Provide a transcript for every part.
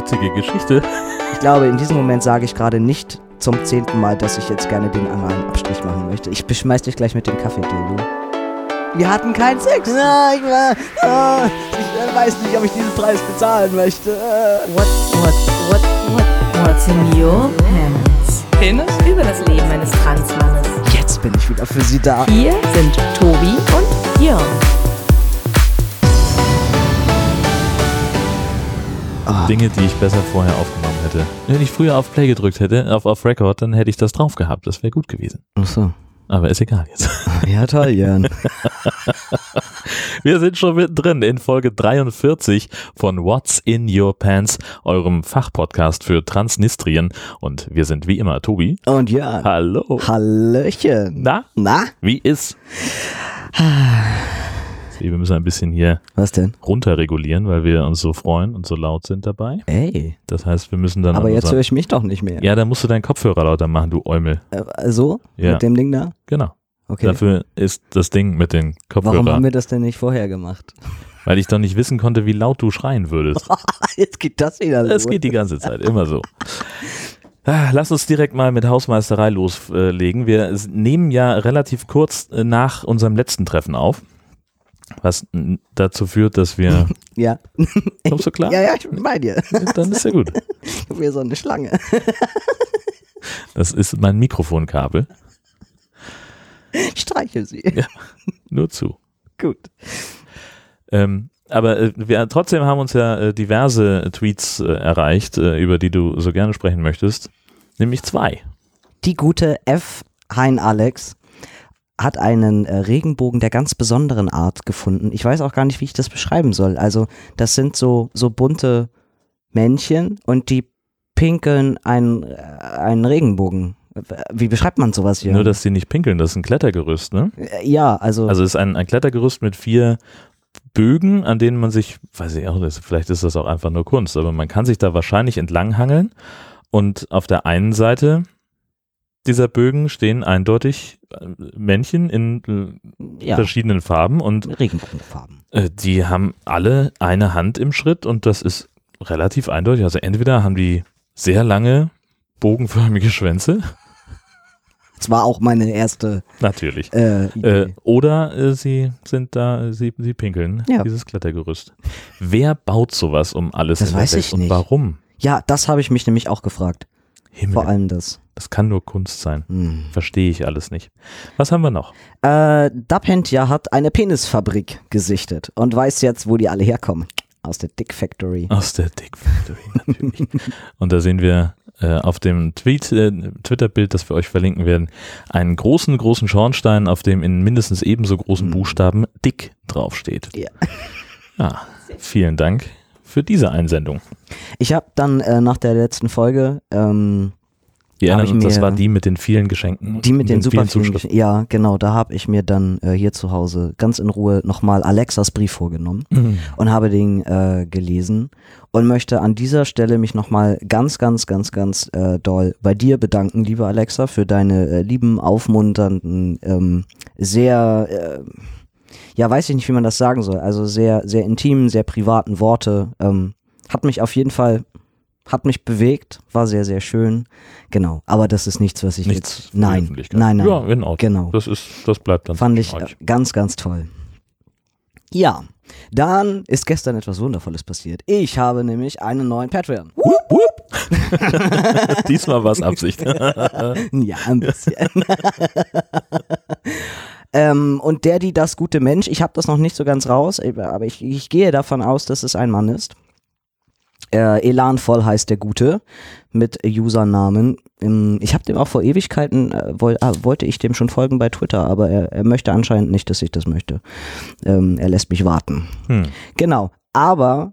witzige Geschichte. Ich glaube, in diesem Moment sage ich gerade nicht zum 10. Mal, dass ich jetzt gerne den analen Abstrich machen möchte. Ich beschmeiß dich gleich mit dem Kaffee-Dildo. Wir hatten keinen Sex. Ja, ich weiß nicht, ob ich diesen Preis bezahlen möchte. What's in your pants? Penis? Über das Leben eines Transmannes. Jetzt bin ich wieder für Sie da. Hier sind Tobi und Jörn. Dinge, die ich besser vorher aufgenommen hätte. Wenn ich früher auf Play gedrückt hätte, auf Record, dann hätte ich das drauf gehabt. Das wäre gut gewesen. Ach so. Aber ist egal jetzt. Ja, toll, Jörn. Wir sind schon mittendrin in Folge 43 von What's in Your Pants, eurem Fachpodcast für Transnistrien. Und wir sind wie immer Tobi. Und Jörn. Hallo. Hallöchen. Na? Wie ist? Wir müssen ein bisschen hier Was denn? runterregulieren, weil wir uns so freuen und so laut sind dabei. Ey. Das heißt, wir müssen dann... Aber jetzt höre ich mich doch nicht mehr. Ja, dann musst du deinen Kopfhörer lauter machen, du Eumel. So? Ja. Mit dem Ding da? Genau. Okay. Dafür ist das Ding mit den Kopfhörern. Warum haben wir das denn nicht vorher gemacht? Weil ich doch nicht wissen konnte, wie laut du schreien würdest. Jetzt geht das wieder los. Es geht die ganze Zeit, immer so. Lass uns direkt mal mit Hausmeisterei loslegen. Wir nehmen ja relativ kurz nach unserem letzten Treffen auf. Was dazu führt, dass wir... Ja. Kommst du klar? Ja, ich bin bei dir. Dann ist ja gut. Ich hab mir so eine Schlange. Das ist mein Mikrofonkabel. Ich streiche sie. Ja, nur zu. Gut. Aber wir trotzdem haben uns ja diverse Tweets erreicht, über die du so gerne sprechen möchtest. Nämlich 2. Die gute F. Hein Alex hat einen Regenbogen der ganz besonderen Art gefunden. Ich weiß auch gar nicht, wie ich das beschreiben soll. Also das sind so bunte Männchen und die pinkeln einen Regenbogen. Wie beschreibt man sowas hier? Nur, dass die nicht pinkeln, das ist ein Klettergerüst, ne? Ja, also... Also es ist ein Klettergerüst mit 4 Bögen, an denen man sich, weiß ich auch, vielleicht ist das auch einfach nur Kunst, aber man kann sich da wahrscheinlich entlanghangeln und auf der einen Seite dieser Bögen stehen eindeutig Männchen in verschiedenen Farben und Regenbogenfarben. Die haben alle eine Hand im Schritt und das ist relativ eindeutig. Also entweder haben die sehr lange bogenförmige Schwänze. Das war auch meine erste Natürlich. Idee. Oder sie pinkeln, Ja. dieses Klettergerüst. Wer baut sowas um alles Das in der weiß Welt ich und nicht. warum? Ja, das habe ich mich nämlich auch gefragt. Himmel, Vor allem das. das kann nur Kunst sein. Verstehe ich alles nicht. Was haben wir noch? Dapentja hat eine Penisfabrik gesichtet und weiß jetzt, wo die alle herkommen. Aus der Dick Factory. Aus der Dick Factory, natürlich. Und da sehen wir auf dem Twitter-Bild, das wir euch verlinken werden, einen großen Schornstein, auf dem in mindestens ebenso großen Buchstaben Dick draufsteht. Ja. Ja, vielen Dank für diese Einsendung. Ich habe dann nach der letzten Folge Wir erinnern uns, das mir- war die mit den vielen Geschenken. die mit den super vielen vielen Zuschriften. Ja, genau, da habe ich mir dann hier zu Hause ganz in Ruhe nochmal Alexas Brief vorgenommen und habe den gelesen und möchte an dieser Stelle mich nochmal ganz doll bei dir bedanken, liebe Alexa, für deine lieben, aufmunternden, sehr, weiß ich nicht, wie man das sagen soll, also sehr intimen, sehr privaten Worte. Hat mich auf jeden Fall bewegt, war sehr, sehr schön. Genau, aber das ist nichts, was ich Nichts jetzt... für die Nein, Öffentlichkeit. nein. Ja, in Ordnung. Genau. Das bleibt dann. Fand zwischen ich euch. ganz toll. Ja, dann ist gestern etwas Wundervolles passiert. Ich habe nämlich einen neuen Patreon. Diesmal war es Absicht. Ja, ein bisschen. Und die das gute Mensch, ich habe das noch nicht so ganz raus, aber ich gehe davon aus, dass es ein Mann ist. Elanvoll heißt der Gute mit Usernamen. Ich habe dem auch vor Ewigkeiten, wollte ich dem schon folgen bei Twitter, aber er möchte anscheinend nicht, dass ich das möchte. Er lässt mich warten. Genau, aber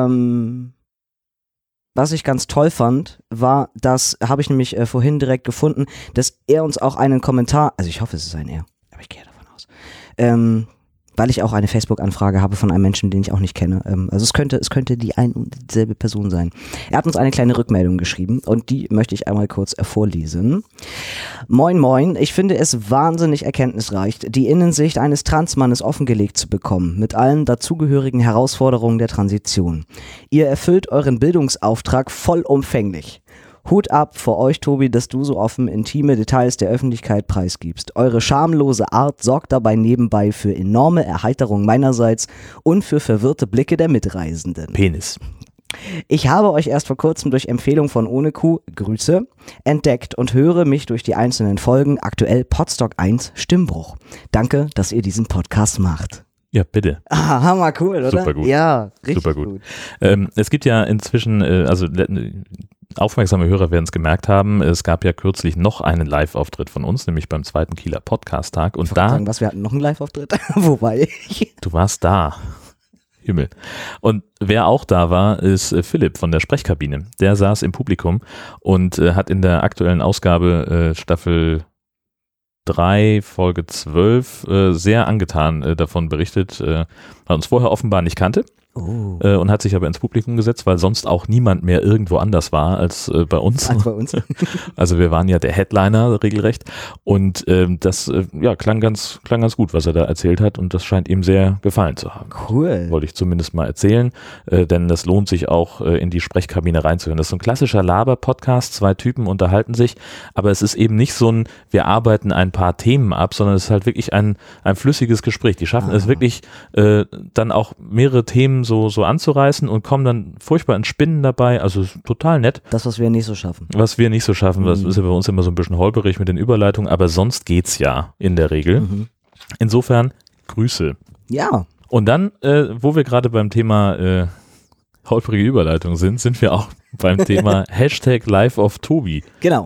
was ich ganz toll fand, war, das habe ich nämlich vorhin direkt gefunden, dass er uns auch einen Kommentar, also ich hoffe, es ist ein Er, aber ich gehe davon aus, weil ich auch eine Facebook-Anfrage habe von einem Menschen, den ich auch nicht kenne. Also es könnte die ein und dieselbe Person sein. Er hat uns eine kleine Rückmeldung geschrieben und die möchte ich einmal kurz vorlesen. Moin moin, ich finde es wahnsinnig erkenntnisreich, die Innensicht eines Transmannes offengelegt zu bekommen, mit allen dazugehörigen Herausforderungen der Transition. Ihr erfüllt euren Bildungsauftrag vollumfänglich. Hut ab vor euch, Tobi, dass du so offen intime Details der Öffentlichkeit preisgibst. Eure schamlose Art sorgt dabei nebenbei für enorme Erheiterung meinerseits und für verwirrte Blicke der Mitreisenden. Penis. Ich habe euch erst vor kurzem durch Empfehlung von Ohne Kuh, Grüße, entdeckt und höre mich durch die einzelnen Folgen, aktuell Podstock 1 Stimmbruch. Danke, dass ihr diesen Podcast macht. Ja, bitte. Ah, hammer cool, oder? Super gut. Ja, richtig Super gut. Es gibt ja inzwischen, aufmerksame Hörer werden es gemerkt haben, es gab ja kürzlich noch einen Live-Auftritt von uns, nämlich beim 2. Kieler Podcast-Tag. Und da, sagen, wir hatten noch einen Live-Auftritt, wobei. Du warst da. Himmel. Und wer auch da war, ist Philipp von der Sprechkabine. Der saß im Publikum und hat in der aktuellen Ausgabe Staffel 3, Folge 12 sehr angetan davon berichtet, weil er uns vorher offenbar nicht kannte. Und hat sich aber ins Publikum gesetzt, weil sonst auch niemand mehr irgendwo anders war als bei uns. Also wir waren ja der Headliner regelrecht und das klang ganz gut, was er da erzählt hat und das scheint ihm sehr gefallen zu haben. Cool. Wollte ich zumindest mal erzählen, denn das lohnt sich auch in die Sprechkabine reinzuhören. Das ist so ein klassischer Laber-Podcast, 2 Typen unterhalten sich, aber es ist eben nicht so ein, wir arbeiten ein paar Themen ab, sondern es ist halt wirklich ein flüssiges Gespräch. Die schaffen es wirklich dann auch mehrere Themen so anzureißen und kommen dann furchtbar ins Spinnen dabei, also total nett. Das, was wir nicht so schaffen. Das ist ja bei uns immer so ein bisschen holperig mit den Überleitungen, aber sonst geht's ja in der Regel. Insofern, Grüße. Ja. Und dann, wo wir gerade beim Thema holprige Überleitung sind wir auch beim Thema Hashtag Life of Tobi. Genau.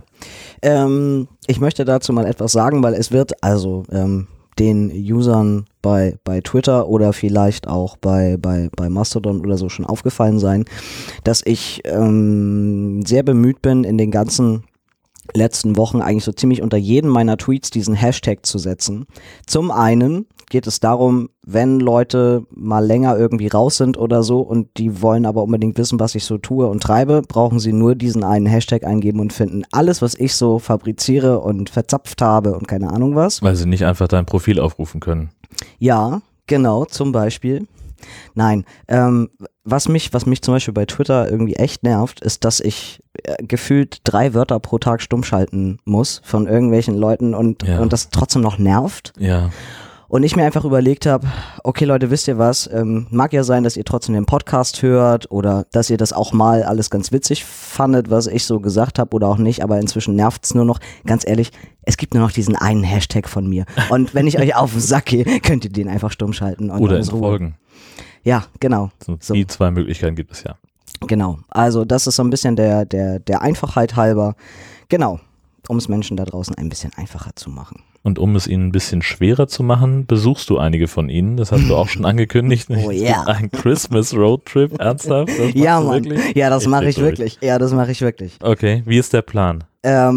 Ich möchte dazu mal etwas sagen, weil es wird den Usern bei Twitter oder vielleicht auch bei Mastodon oder so schon aufgefallen sein, dass ich sehr bemüht bin, in den ganzen letzten Wochen eigentlich so ziemlich unter jedem meiner Tweets diesen Hashtag zu setzen. Zum einen geht es darum, wenn Leute mal länger irgendwie raus sind oder so und die wollen aber unbedingt wissen, was ich so tue und treibe, brauchen sie nur diesen einen Hashtag eingeben und finden alles, was ich so fabriziere und verzapft habe und keine Ahnung was. Weil sie nicht einfach dein Profil aufrufen können. Ja, genau, zum Beispiel. Nein, was mich zum Beispiel bei Twitter irgendwie echt nervt, ist, dass ich gefühlt 3 Wörter pro Tag stumm schalten muss von irgendwelchen Leuten und das trotzdem noch nervt. Ja. Und ich mir einfach überlegt habe, okay Leute, wisst ihr was, mag ja sein, dass ihr trotzdem den Podcast hört oder dass ihr das auch mal alles ganz witzig fandet, was ich so gesagt habe oder auch nicht, aber inzwischen nervt's nur noch. Ganz ehrlich, es gibt nur noch diesen einen Hashtag von mir und wenn ich euch auf den Sack gehe, könnt ihr den einfach stumm schalten. Und oder in Folgen. Ja, genau. So. Die 2 Möglichkeiten gibt es ja. Genau, also das ist so ein bisschen der Einfachheit halber, genau, um es Menschen da draußen ein bisschen einfacher zu machen. Und um es ihnen ein bisschen schwerer zu machen, besuchst du einige von ihnen. Das hast du auch schon angekündigt. Oh ja. Ein Christmas Roadtrip, ernsthaft? Ja, Mann. Ja, das mache ich wirklich. Ja, das mache ich wirklich. Okay, wie ist der Plan? Das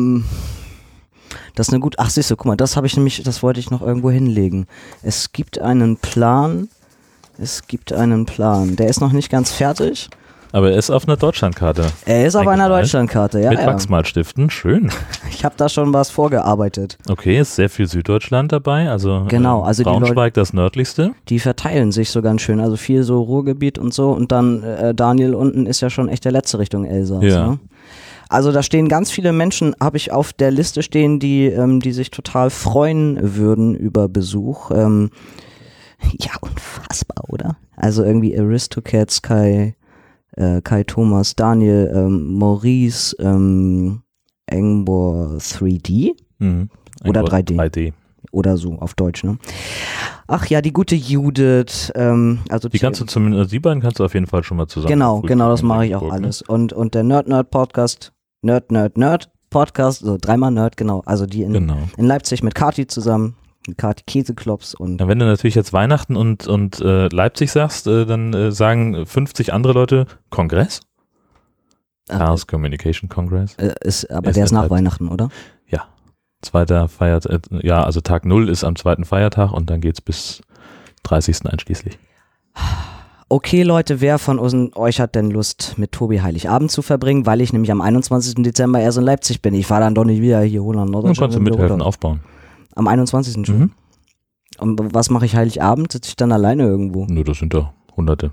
ist eine gute. Ach, siehst du, guck mal, das wollte ich noch irgendwo hinlegen. Es gibt einen Plan. Der ist noch nicht ganz fertig. Aber er ist auf einer Deutschlandkarte. Er ist auf einer Deutschlandkarte, ja. Mit Wachsmalstiften, schön. Ich habe da schon was vorgearbeitet. Okay, ist sehr viel Süddeutschland dabei, also, genau, also Braunschweig das nördlichste. Die verteilen sich so ganz schön, also viel so Ruhrgebiet und so und dann Daniel unten ist ja schon echt der letzte Richtung Elsass. Ja. Ne? Also da stehen ganz viele Menschen, habe ich auf der Liste stehen, die sich total freuen würden über Besuch. Ja, unfassbar, oder? Also irgendwie Aristocats, Kai Thomas, Daniel, Maurice, Engbor 3D oder 3D. Oder so auf Deutsch, ne? Ach ja, die gute Judith. Also die kannst du zumindest, die beiden kannst du auf jeden Fall schon mal zusammen. Genau, das mache ich auch alles. Und der Nerd-Podcast, Podcast, so 3-mal Nerd, genau. Also die in Leipzig mit Kati zusammen. Kati Käseklops und. Ja, wenn du natürlich jetzt Weihnachten und Leipzig sagst, dann sagen 50 andere Leute Kongress? Chaos Communication Congress. Der ist nach Weihnachten, oder? Ja. Zweiter Feiertag, also Tag 0 ist am 2. Feiertag und dann geht's bis 30. einschließlich. Okay, Leute, wer von euch hat denn Lust, mit Tobi Heiligabend zu verbringen? Weil ich nämlich am 21. Dezember erst in Leipzig bin. Ich fahre dann doch nicht wieder hier hoch nach Dann Norddeutschland. kannst du mithelfen, aufbauen. Am 21. schon. Mhm. Und was mache ich Heiligabend? Sitze ich dann alleine irgendwo? Nur das sind doch Hunderte.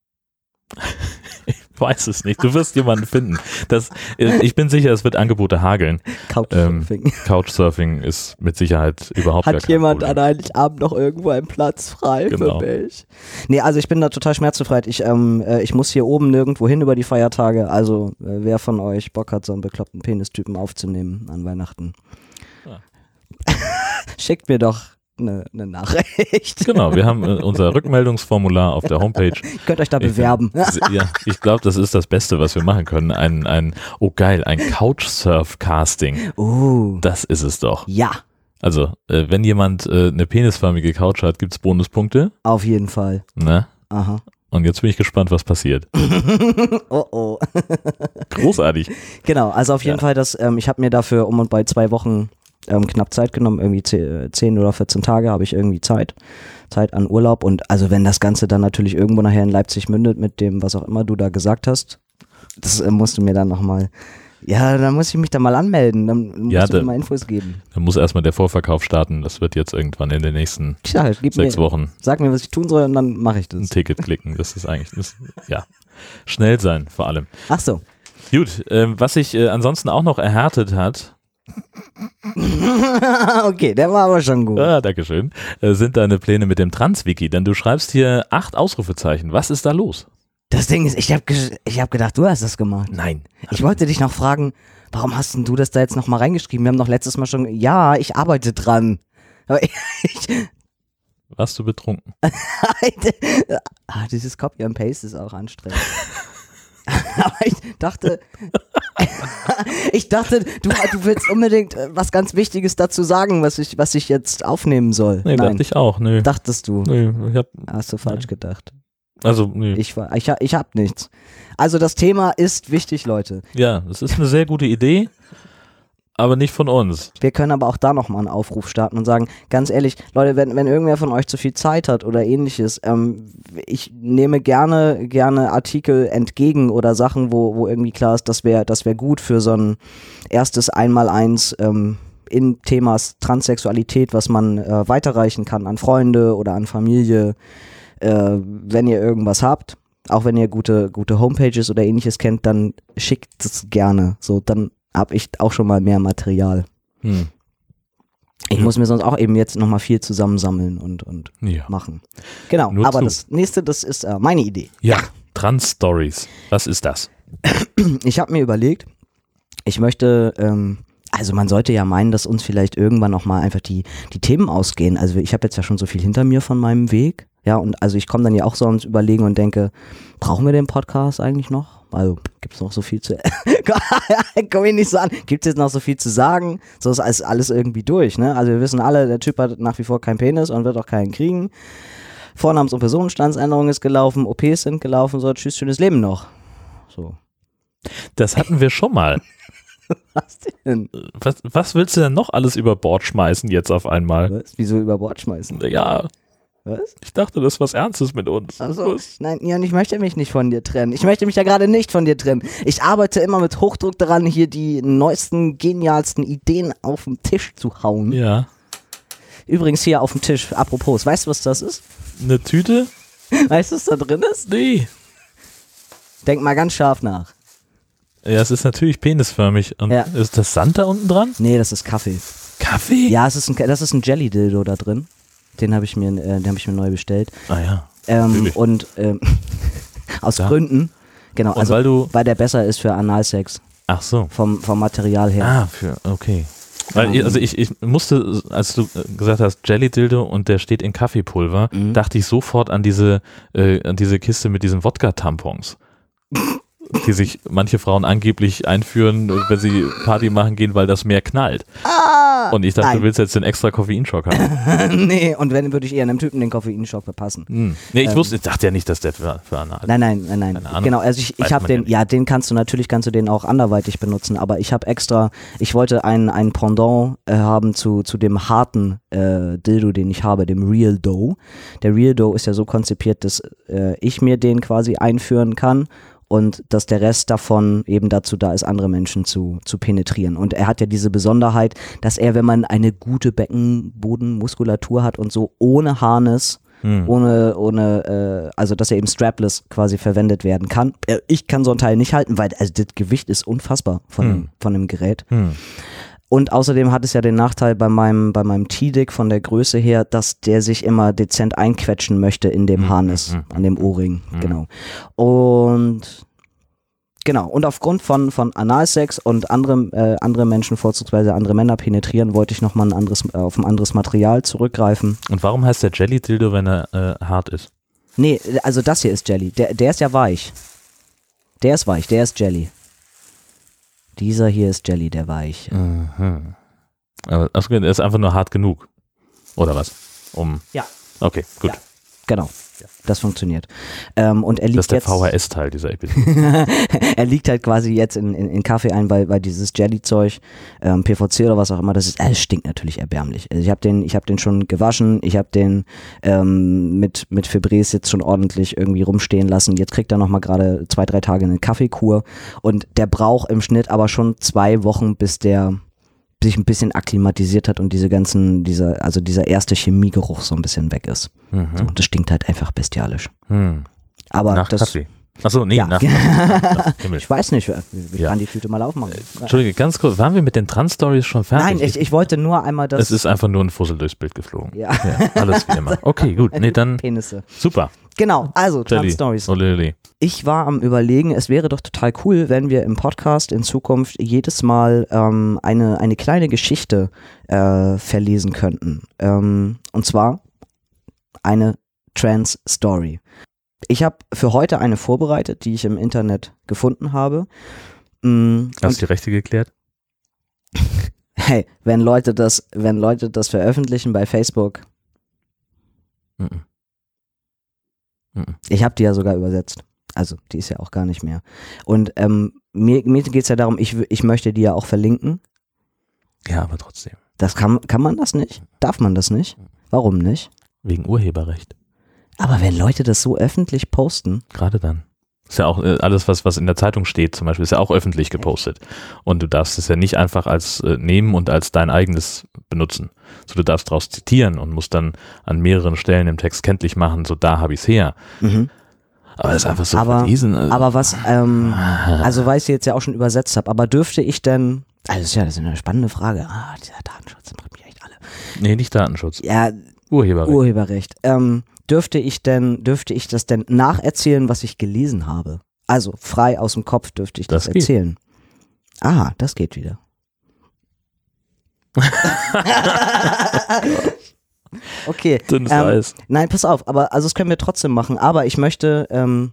Ich weiß es nicht. Du wirst jemanden finden. Ich bin sicher, es wird Angebote hageln. Couchsurfing. Couchsurfing ist mit Sicherheit überhaupt gar Hat kein jemand Problem. an Heiligabend noch irgendwo einen Platz frei Genau. für mich? Nee, also ich bin da total schmerzbefreit. Ich muss hier oben nirgendwo hin über die Feiertage. Also wer von euch Bock hat, so einen bekloppten Penistypen aufzunehmen an Weihnachten, schickt mir doch eine Nachricht. Genau, wir haben unser Rückmeldungsformular auf der Homepage. Ihr könnt euch da bewerben. Ja, ich glaube, das ist das Beste, was wir machen können. Ein Couchsurf-Casting. Das ist es doch. Ja, Also, wenn jemand eine penisförmige Couch hat, gibt es Bonuspunkte. auf jeden Fall. Ne? Aha. Und jetzt bin ich gespannt, was passiert. Oh. Großartig. Genau, also auf jeden Fall, ich habe mir dafür um und bei 2 Wochen knapp Zeit genommen, irgendwie 10 oder 14 Tage habe ich irgendwie Zeit an Urlaub und also wenn das Ganze dann natürlich irgendwo nachher in Leipzig mündet mit dem, was auch immer du da gesagt hast, das musst du mir dann nochmal, dann muss ich mich da mal anmelden, dann musst du mir mal Infos geben. Dann muss erstmal der Vorverkauf starten, das wird jetzt irgendwann in den nächsten Tja, 6 Wochen sag mir, was ich tun soll und dann mache ich ein das. Ticket klicken, das ist eigentlich, schnell sein vor allem. Ach so. Gut, was sich ansonsten auch noch erhärtet hat, Okay, der war aber schon gut. Dankeschön, sind deine Pläne mit dem Trans-Wiki, denn du schreibst hier 8 Ausrufezeichen. Was ist da los? Das Ding ist, ich hab gedacht, du hast das gemacht. Nein. Ich wollte dich noch fragen, warum hast denn du das da jetzt nochmal reingeschrieben? Wir haben doch letztes Mal schon, ja, ich arbeite dran. Aber Warst du betrunken? Dieses Copy and Paste ist auch anstrengend. Aber ich dachte, du willst unbedingt was ganz Wichtiges dazu sagen, was ich jetzt aufnehmen soll. Nee, Nein, dachte ich auch. Nö. dachtest du. Nö, Hast du falsch gedacht. also, nö. Ich hab nichts. Also das Thema ist wichtig, Leute. Ja, das ist eine sehr gute Idee, aber nicht von uns. Wir können aber auch da nochmal einen Aufruf starten und sagen, ganz ehrlich, Leute, wenn irgendwer von euch zu viel Zeit hat oder ähnliches, ich nehme gerne Artikel entgegen oder Sachen, wo irgendwie klar ist, das wär gut für so ein erstes Einmaleins in Themas Transsexualität, was man weiterreichen kann an Freunde oder an Familie, wenn ihr irgendwas habt. Auch wenn ihr gute Homepages oder ähnliches kennt, dann schickt es gerne. So, dann habe ich auch schon mal mehr Material. Ich muss mir sonst auch eben jetzt nochmal viel zusammensammeln und machen. Genau, Nur aber zu. das nächste, das ist meine Idee. Ja, Trans-Stories. Was ist das? Ich habe mir überlegt, ich möchte, also man sollte ja meinen, dass uns vielleicht irgendwann nochmal einfach die Themen ausgehen. Also ich habe jetzt ja schon so viel hinter mir von meinem Weg. Ja, und also ich komme dann ja auch so ans Überlegen und denke, brauchen wir den Podcast eigentlich noch? Also gibt es noch so viel zu... Komm ich nicht so an. Gibt es jetzt noch so viel zu sagen? So ist alles irgendwie durch, ne? Also wir wissen alle, der Typ hat nach wie vor keinen Penis und wird auch keinen kriegen. Vornamens- und Personenstandsänderung ist gelaufen, OPs sind gelaufen, so tschüss, schönes Leben noch. So. Das hatten wir schon mal. Was denn? Was willst du denn noch alles über Bord schmeißen jetzt auf einmal? Was? Wieso über Bord schmeißen? Ja, Was? ich dachte, das ist was Ernstes mit uns. Also, nein, Jan, ich möchte mich nicht von dir trennen. Ich möchte mich ja gerade nicht von dir trennen. Ich arbeite immer mit Hochdruck daran, hier die neuesten, genialsten Ideen auf den Tisch zu hauen. Ja. Übrigens hier auf dem Tisch, apropos, weißt du, was das ist? Eine Tüte? Weißt du, was da drin ist? Nee. Denk mal ganz scharf nach. Ja, es ist natürlich penisförmig. Und Ja. ist das Sand da unten dran? Nee, das ist Kaffee. Kaffee? Ja, das ist ein Jelly-Dildo da drin. Den habe ich mir neu bestellt. Ah ja. Natürlich. Und aus Ja. Gründen, genau, Und also weil der besser ist für Analsex, Ach so. vom Material her. Okay. Weil ich musste, als du gesagt hast, Jelly-Dildo und der steht in Kaffeepulver, dachte ich sofort an diese Kiste mit diesen Wodka-Tampons. die sich manche Frauen angeblich einführen, wenn sie Party machen gehen, weil das mehr knallt. Und ich dachte, nein. du willst jetzt den extra Koffeinschock haben. Nee, und wenn, würde ich eher einem Typen den Koffeinschock verpassen. Nee, ich dachte ja nicht, dass der für Anal. Nein. Keine Ahnung. Genau, also ich Weiß habe man den, kannst du den auch anderweitig benutzen, aber ich habe extra, ich wollte ein Pendant haben zu dem harten Dildo, den ich habe, dem Real Dough. Der Real Dough ist ja so konzipiert, dass ich mir den quasi einführen kann und dass der Rest davon eben dazu da ist, andere Menschen zu penetrieren. Und er hat ja diese Besonderheit, dass er, wenn man eine gute Beckenbodenmuskulatur hat und so ohne Harness, also dass er eben strapless quasi verwendet werden kann. Ich kann so ein Teil nicht halten, weil also das Gewicht ist unfassbar von dem Gerät. Und außerdem hat es ja den Nachteil bei meinem T-Dick von der Größe her, dass der sich immer dezent einquetschen möchte in dem Harness, an dem Ohrring, genau. Und aufgrund von Analsex und andere Menschen, vorzugsweise andere Männer penetrieren, wollte ich nochmal auf ein anderes Material zurückgreifen. Und warum heißt der Jelly-Dildo, wenn er hart ist? Nee, also das hier ist Jelly. Der ist ja weich. Der ist weich, der ist Jelly. Dieser hier ist Jelly, der weich. Aber er ist einfach nur hart genug. Oder was? Ja. Okay, gut. Ja, genau. Das funktioniert. Und er liegt das ist der jetzt, VHS-Teil dieser Episode. er liegt halt quasi jetzt in Kaffee ein, weil dieses Jelly-Zeug, PVC oder was auch immer, das stinkt natürlich erbärmlich. Also ich habe den schon gewaschen, ich habe den mit Febreze jetzt schon ordentlich irgendwie rumstehen lassen. Jetzt kriegt er nochmal gerade 2-3 Tage eine Kaffeekur und der braucht im Schnitt aber schon 2 Wochen, bis der sich ein bisschen akklimatisiert hat und dieser erste Chemiegeruch so ein bisschen weg ist. So, und das stinkt halt einfach bestialisch. Aber nach das, Kaffee. Achso, nee, ja. nach Himmel. Ich weiß nicht, wie kann die Tüte mal aufmachen. Entschuldige, ganz kurz, waren wir mit den Trans-Stories schon fertig? Nein, ich wollte nur einmal das... Es ist einfach nur ein Fussel durchs Bild geflogen. Ja. Alles wie immer. Okay, gut. Nee, dann Penisse. super. Genau, also Jelly. Trans-Stories. Olili. Ich war am Überlegen, es wäre doch total cool, wenn wir im Podcast in Zukunft jedes Mal eine kleine Geschichte verlesen könnten. Und zwar eine Trans-Story. Ich habe für heute eine vorbereitet, die ich im Internet gefunden habe. Hast du die Rechte geklärt? Hey, wenn Leute das veröffentlichen bei Facebook, ich habe die ja sogar übersetzt. Also die ist ja auch gar nicht mehr. Und mir geht es ja darum, ich möchte die ja auch verlinken. Ja, aber trotzdem. Das kann man das nicht? Darf man das nicht? Warum nicht? Wegen Urheberrecht. Aber wenn Leute das so öffentlich posten. Gerade dann. Ist ja auch alles, was in der Zeitung steht zum Beispiel, ist ja auch öffentlich gepostet. Und du darfst es ja nicht einfach als nehmen und als dein eigenes benutzen. So, du darfst daraus zitieren und musst dann an mehreren Stellen im Text kenntlich machen, so da habe ich es her. Aber das ist einfach so verlesen. Aber was, also weil ich sie jetzt ja auch schon übersetzt habe, aber dürfte ich denn, das ist eine spannende Frage. Dieser Datenschutz bringt mich echt alle. Nee, nicht Datenschutz. Ja, Urheberrecht. Dürfte ich das denn nacherzählen, was ich gelesen habe? Also frei aus dem Kopf dürfte ich das erzählen. Ah, das geht wieder. Okay. Dünnes Eis. Nein, pass auf, aber also das können wir trotzdem machen, aber ich möchte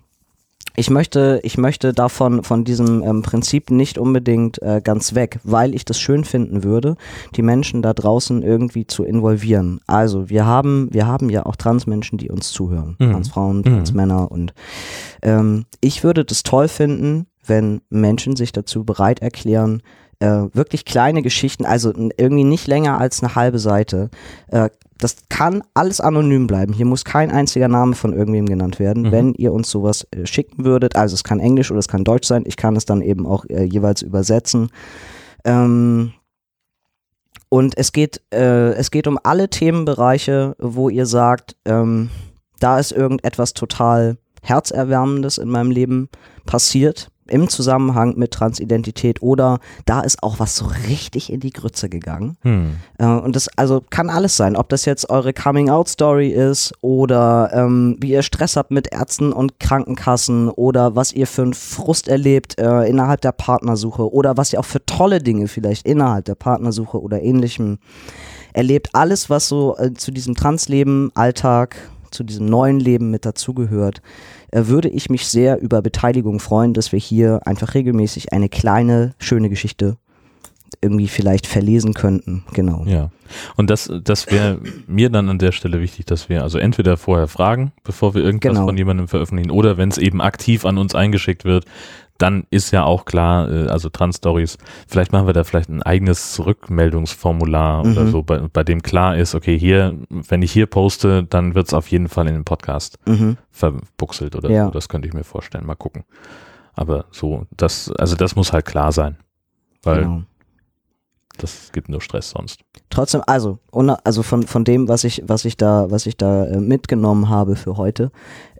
davon von diesem Prinzip nicht unbedingt ganz weg, weil ich das schön finden würde, die Menschen da draußen irgendwie zu involvieren. Also wir haben ja auch Transmenschen, die uns zuhören, Transfrauen, Transmänner und ich würde das toll finden, wenn Menschen sich dazu bereit erklären, wirklich kleine Geschichten, also irgendwie nicht länger als eine halbe Seite. Das kann alles anonym bleiben. Hier muss kein einziger Name von irgendwem genannt werden. Wenn ihr uns sowas schicken würdet, also es kann Englisch oder es kann Deutsch sein, ich kann es dann eben auch jeweils übersetzen. Und es geht um alle Themenbereiche, wo ihr sagt, da ist irgendetwas total Herzerwärmendes in meinem Leben passiert, im Zusammenhang mit Transidentität oder da ist auch was so richtig in die Grütze gegangen. Und das also kann alles sein, ob das jetzt eure Coming-out-Story ist oder wie ihr Stress habt mit Ärzten und Krankenkassen oder was ihr für einen Frust erlebt innerhalb der Partnersuche oder was ihr auch für tolle Dinge vielleicht innerhalb der Partnersuche oder ähnlichem erlebt. Alles, was so zu diesem Transleben, Alltag, zu diesem neuen Leben mit dazugehört, würde ich mich sehr über Beteiligung freuen, dass wir hier einfach regelmäßig eine kleine, schöne Geschichte irgendwie vielleicht verlesen könnten. Genau. Ja. Und das wäre mir dann an der Stelle wichtig, dass wir also entweder vorher fragen, bevor wir irgendwas von jemandem veröffentlichen, oder wenn es eben aktiv an uns eingeschickt wird, dann ist ja auch klar, also Trans-Stories, vielleicht machen wir da vielleicht ein eigenes Rückmeldungsformular oder so, bei dem klar ist, okay, hier, wenn ich hier poste, dann wird es auf jeden Fall in den Podcast verbuchselt oder so. Das könnte ich mir vorstellen. Mal gucken. Aber so, das muss halt klar sein. Weil das gibt nur Stress sonst. Trotzdem, also von dem, was ich da mitgenommen habe für heute,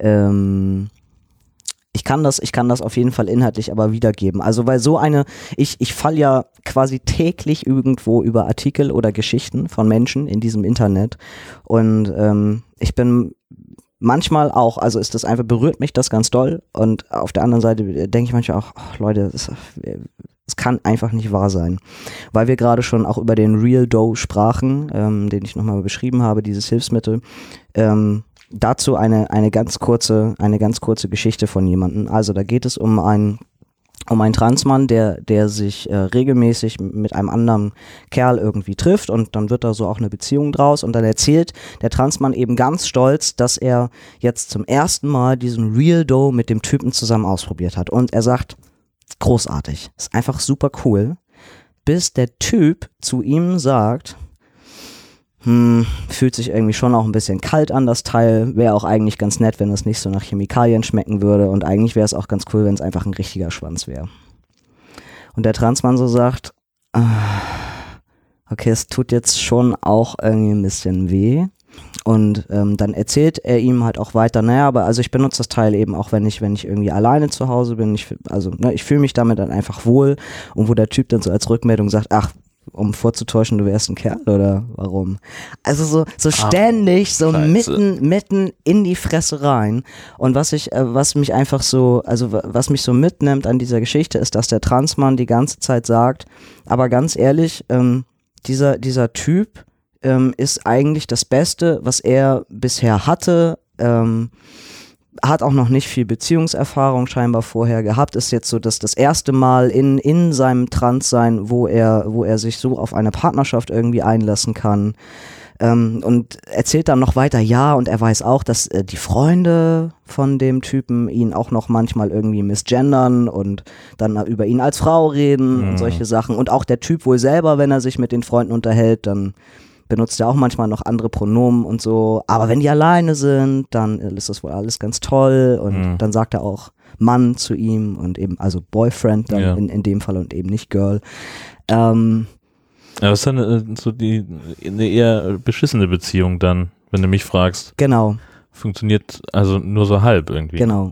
ich kann das auf jeden Fall inhaltlich aber wiedergeben. Also weil ich falle ja quasi täglich irgendwo über Artikel oder Geschichten von Menschen in diesem Internet und ich bin manchmal auch, also ist das einfach, berührt mich das ganz doll und auf der anderen Seite denke ich manchmal auch, Leute, es kann einfach nicht wahr sein. Weil wir gerade schon auch über den Real Dough sprachen, den ich nochmal beschrieben habe, dieses Hilfsmittel, dazu eine ganz kurze Geschichte von jemandem. Also da geht es um einen Transmann, der sich regelmäßig mit einem anderen Kerl irgendwie trifft und dann wird da so auch eine Beziehung draus und dann erzählt der Transmann eben ganz stolz, dass er jetzt zum ersten Mal diesen Real Dough mit dem Typen zusammen ausprobiert hat und er sagt, großartig, ist einfach super cool, bis der Typ zu ihm sagt, fühlt sich irgendwie schon auch ein bisschen kalt an, das Teil. Wäre auch eigentlich ganz nett, wenn es nicht so nach Chemikalien schmecken würde. Und eigentlich wäre es auch ganz cool, wenn es einfach ein richtiger Schwanz wäre. Und der Transmann so sagt, okay, es tut jetzt schon auch irgendwie ein bisschen weh. Und dann erzählt er ihm halt auch weiter, naja, aber also ich benutze das Teil eben auch, wenn ich irgendwie alleine zu Hause bin. Ich fühle mich damit dann einfach wohl. Und wo der Typ dann so als Rückmeldung sagt, ach, um vorzutäuschen, du wärst ein Kerl oder warum? Also so ständig, so mitten in die Fresse rein. Und was mich so mitnimmt an dieser Geschichte ist, dass der Transmann die ganze Zeit sagt, aber ganz ehrlich, dieser Typ ist eigentlich das Beste, was er bisher hatte, hat auch noch nicht viel Beziehungserfahrung scheinbar vorher gehabt, ist jetzt so das erste Mal in seinem Transsein, wo er sich so auf eine Partnerschaft irgendwie einlassen kann und erzählt dann noch weiter, ja, und er weiß auch, dass die Freunde von dem Typen ihn auch noch manchmal irgendwie misgendern und dann über ihn als Frau reden und solche Sachen und auch der Typ wohl selber, wenn er sich mit den Freunden unterhält, dann benutzt er auch manchmal noch andere Pronomen und so, aber wenn die alleine sind, dann ist das wohl alles ganz toll und dann sagt er auch Mann zu ihm und eben, also Boyfriend dann in dem Fall und eben nicht Girl. Aber das ist dann so eine eher beschissene Beziehung dann, wenn du mich fragst. Genau. Funktioniert also nur so halb irgendwie. Genau,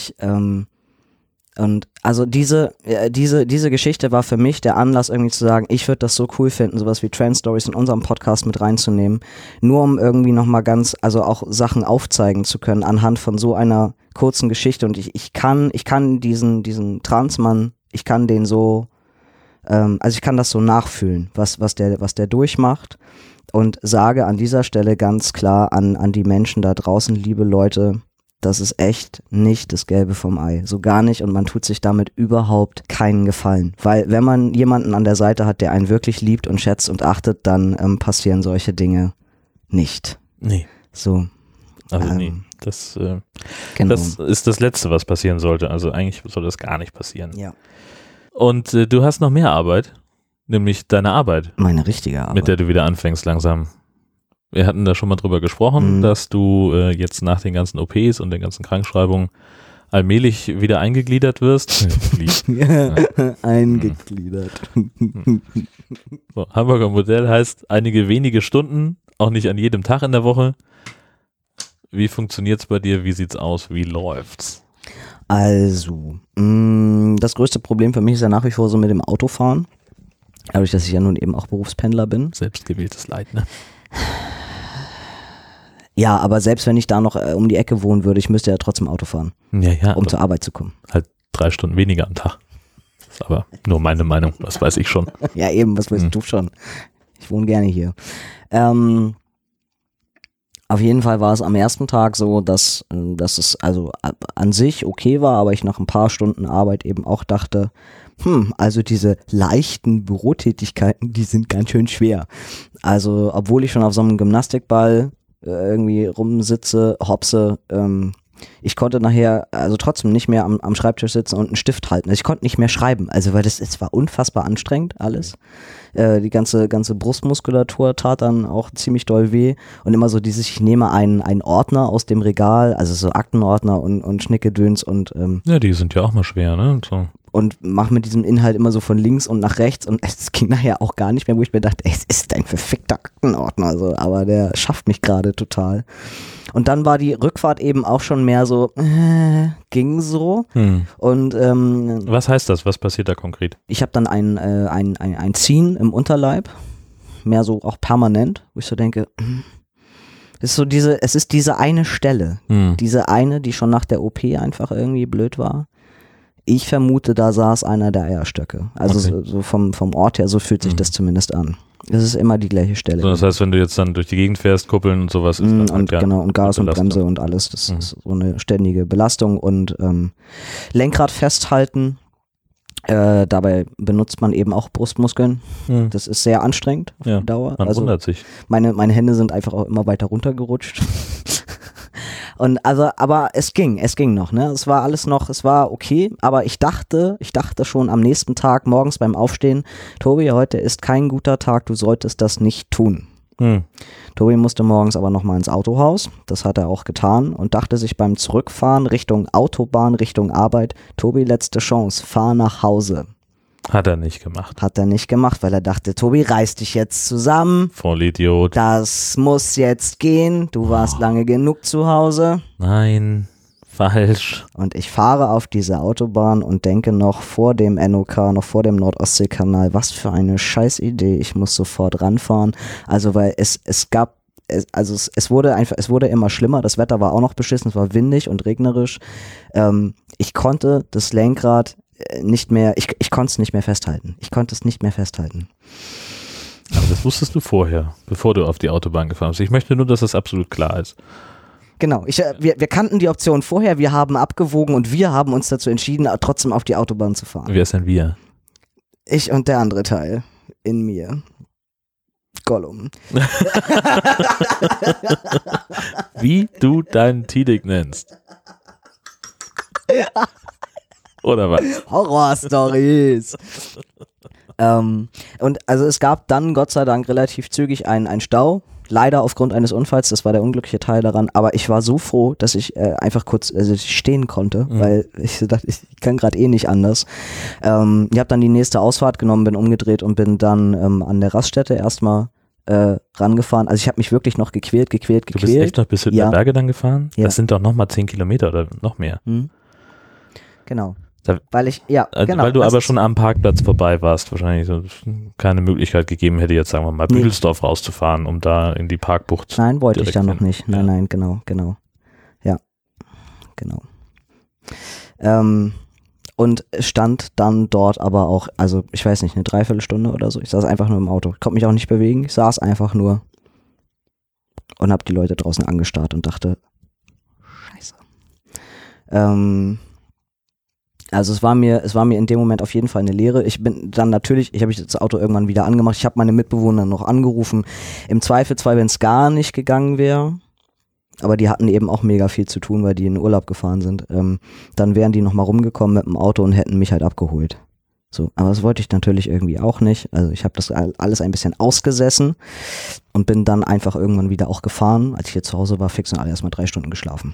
und also diese Geschichte war für mich der Anlass irgendwie zu sagen, ich würde das so cool finden, sowas wie Trans Stories in unserem Podcast mit reinzunehmen, nur um irgendwie nochmal also auch Sachen aufzeigen zu können anhand von so einer kurzen Geschichte und ich kann diesen Transmann, ich kann den so, also ich kann das so nachfühlen, was der durchmacht und sage an dieser Stelle ganz klar an die Menschen da draußen, liebe Leute, das ist echt nicht das Gelbe vom Ei. So gar nicht und man tut sich damit überhaupt keinen Gefallen. Weil wenn man jemanden an der Seite hat, der einen wirklich liebt und schätzt und achtet, dann passieren solche Dinge nicht. Nee. So. Also nee. Das ist das Letzte, was passieren sollte. Also eigentlich soll das gar nicht passieren. Ja. Und du hast noch mehr Arbeit, nämlich deine Arbeit. Meine richtige Arbeit. Mit der du wieder anfängst langsam. Wir hatten da schon mal drüber gesprochen, dass du jetzt nach den ganzen OPs und den ganzen Krankschreibungen allmählich wieder eingegliedert wirst. Eingegliedert. So, Hamburger Modell heißt einige wenige Stunden, auch nicht an jedem Tag in der Woche. Wie funktioniert's bei dir? Wie sieht's aus? Wie läuft's? Also, das größte Problem für mich ist ja nach wie vor so mit dem Autofahren. Dadurch, dass ich ja nun eben auch Berufspendler bin. Selbstgewähltes Leid, ne? Ja, aber selbst wenn ich da noch um die Ecke wohnen würde, ich müsste ja trotzdem Auto fahren, um zur Arbeit zu kommen. Halt 3 Stunden weniger am Tag. Das ist aber nur meine Meinung, das weiß ich schon. Ja eben, was weißt du schon. Ich wohne gerne hier. Auf jeden Fall war es am ersten Tag so, dass es also an sich okay war, aber ich nach ein paar Stunden Arbeit eben auch dachte, also diese leichten Bürotätigkeiten, die sind ganz schön schwer. Also obwohl ich schon auf so einem Gymnastikball irgendwie rumsitze, hopse, ich konnte nachher also trotzdem nicht mehr am Schreibtisch sitzen und einen Stift halten. Also ich konnte nicht mehr schreiben, also weil es war unfassbar anstrengend alles. Die ganze Brustmuskulatur tat dann auch ziemlich doll weh und immer so ich nehme einen Ordner aus dem Regal, also so Aktenordner und Schnickedöns und ja, die sind ja auch mal schwer, ne? So. Und mache mit diesem Inhalt immer so von links und nach rechts und es ging nachher auch gar nicht mehr, wo ich mir dachte, es ist ein perfekter Aktenordner, so, aber der schafft mich gerade total. Und dann war die Rückfahrt eben auch schon mehr so, ging so. Und was heißt das? Was passiert da konkret? ich habe dann ein Ziehen im Unterleib, mehr so auch permanent, wo ich so denke, es ist diese eine Stelle, diese eine, die schon nach der OP einfach irgendwie blöd war. Ich vermute, da saß einer der Eierstöcke. Also Okay. so vom Ort her, so fühlt sich das zumindest an. Es ist immer die gleiche Stelle. So, das heißt, wenn du jetzt dann durch die Gegend fährst, Kuppeln und sowas, ist dann und halt, ja, genau, und Gas und Belastung. Bremse und alles, das ist so eine ständige Belastung und Lenkrad festhalten. Dabei benutzt man eben auch Brustmuskeln. Das ist sehr anstrengend auf Ja, die Dauer. man Also wundert sich. meine Hände sind einfach auch immer weiter runtergerutscht. Und also, aber es ging noch, ne? Es war alles noch, es war okay, aber ich dachte schon am nächsten Tag morgens beim Aufstehen, Tobi, heute ist kein guter Tag, du solltest das nicht tun. Tobi musste morgens aber nochmal ins Autohaus, das hat er auch getan und dachte sich beim Zurückfahren Richtung Autobahn, Richtung Arbeit, Tobi, letzte Chance, fahr nach Hause. Hat er nicht gemacht. Hat er nicht gemacht, weil er dachte, Tobi, reiß dich jetzt zusammen. Vollidiot. Das muss jetzt gehen. Du warst lange genug zu Hause. Nein, falsch. Und ich fahre auf diese Autobahn und denke noch vor dem NOK, noch vor dem Nordostseekanal, was für eine Scheißidee. Ich muss sofort ranfahren. Also, weil es wurde immer schlimmer. Das Wetter war auch noch beschissen. Es war windig und regnerisch. Ich konnte das Lenkrad nicht mehr, ich konnte es nicht mehr festhalten. Aber das wusstest du vorher, bevor du auf die Autobahn gefahren bist. Ich möchte nur, dass das absolut klar ist. Genau, wir kannten die Option vorher, wir haben abgewogen und wir haben uns dazu entschieden, trotzdem auf die Autobahn zu fahren. Wer ist denn wir? Ich und der andere Teil in mir. Gollum. Wie du deinen Tidik nennst. Oder was? Horror-Stories. Und also es gab dann Gott sei Dank relativ zügig einen Stau. Leider aufgrund eines Unfalls, das war der unglückliche Teil daran, aber ich war so froh, dass ich einfach kurz stehen konnte, weil ich dachte, ich kann gerade eh nicht anders. Ich habe dann die nächste Ausfahrt genommen, bin umgedreht und bin dann an der Raststätte erstmal rangefahren. Also ich habe mich wirklich noch gequält. Du bist echt noch bis Hüttner Berge dann gefahren? Ja. Das sind doch nochmal 10 Kilometer oder noch mehr. Genau. Da, genau. weil du aber schon am Parkplatz vorbei warst, wahrscheinlich so keine Möglichkeit gegeben hätte, jetzt sagen wir mal Büdelsdorf rauszufahren, um da in die Parkbucht. Nein, wollte ich dann noch nicht. Ja. Nein, genau. Ja, genau. Und stand dann dort aber auch, also ich weiß nicht, eine Dreiviertelstunde oder so. Ich saß einfach nur im Auto. Ich konnte mich auch nicht bewegen. Ich saß einfach nur und habe die Leute draußen angestarrt und dachte, scheiße. Also es war mir in dem Moment auf jeden Fall eine Lehre. Ich bin dann natürlich, ich habe das Auto irgendwann wieder angemacht. Ich habe meine Mitbewohner noch angerufen. Im Zweifelsfall, wenn es gar nicht gegangen wäre, aber die hatten eben auch mega viel zu tun, weil die in den Urlaub gefahren sind, dann wären die nochmal rumgekommen mit dem Auto und hätten mich halt abgeholt. So, aber das wollte ich natürlich irgendwie auch nicht. Also ich habe das alles ein bisschen ausgesessen und bin dann einfach irgendwann wieder auch gefahren. Als ich hier zu Hause war, fix und alle erstmal 3 Stunden geschlafen.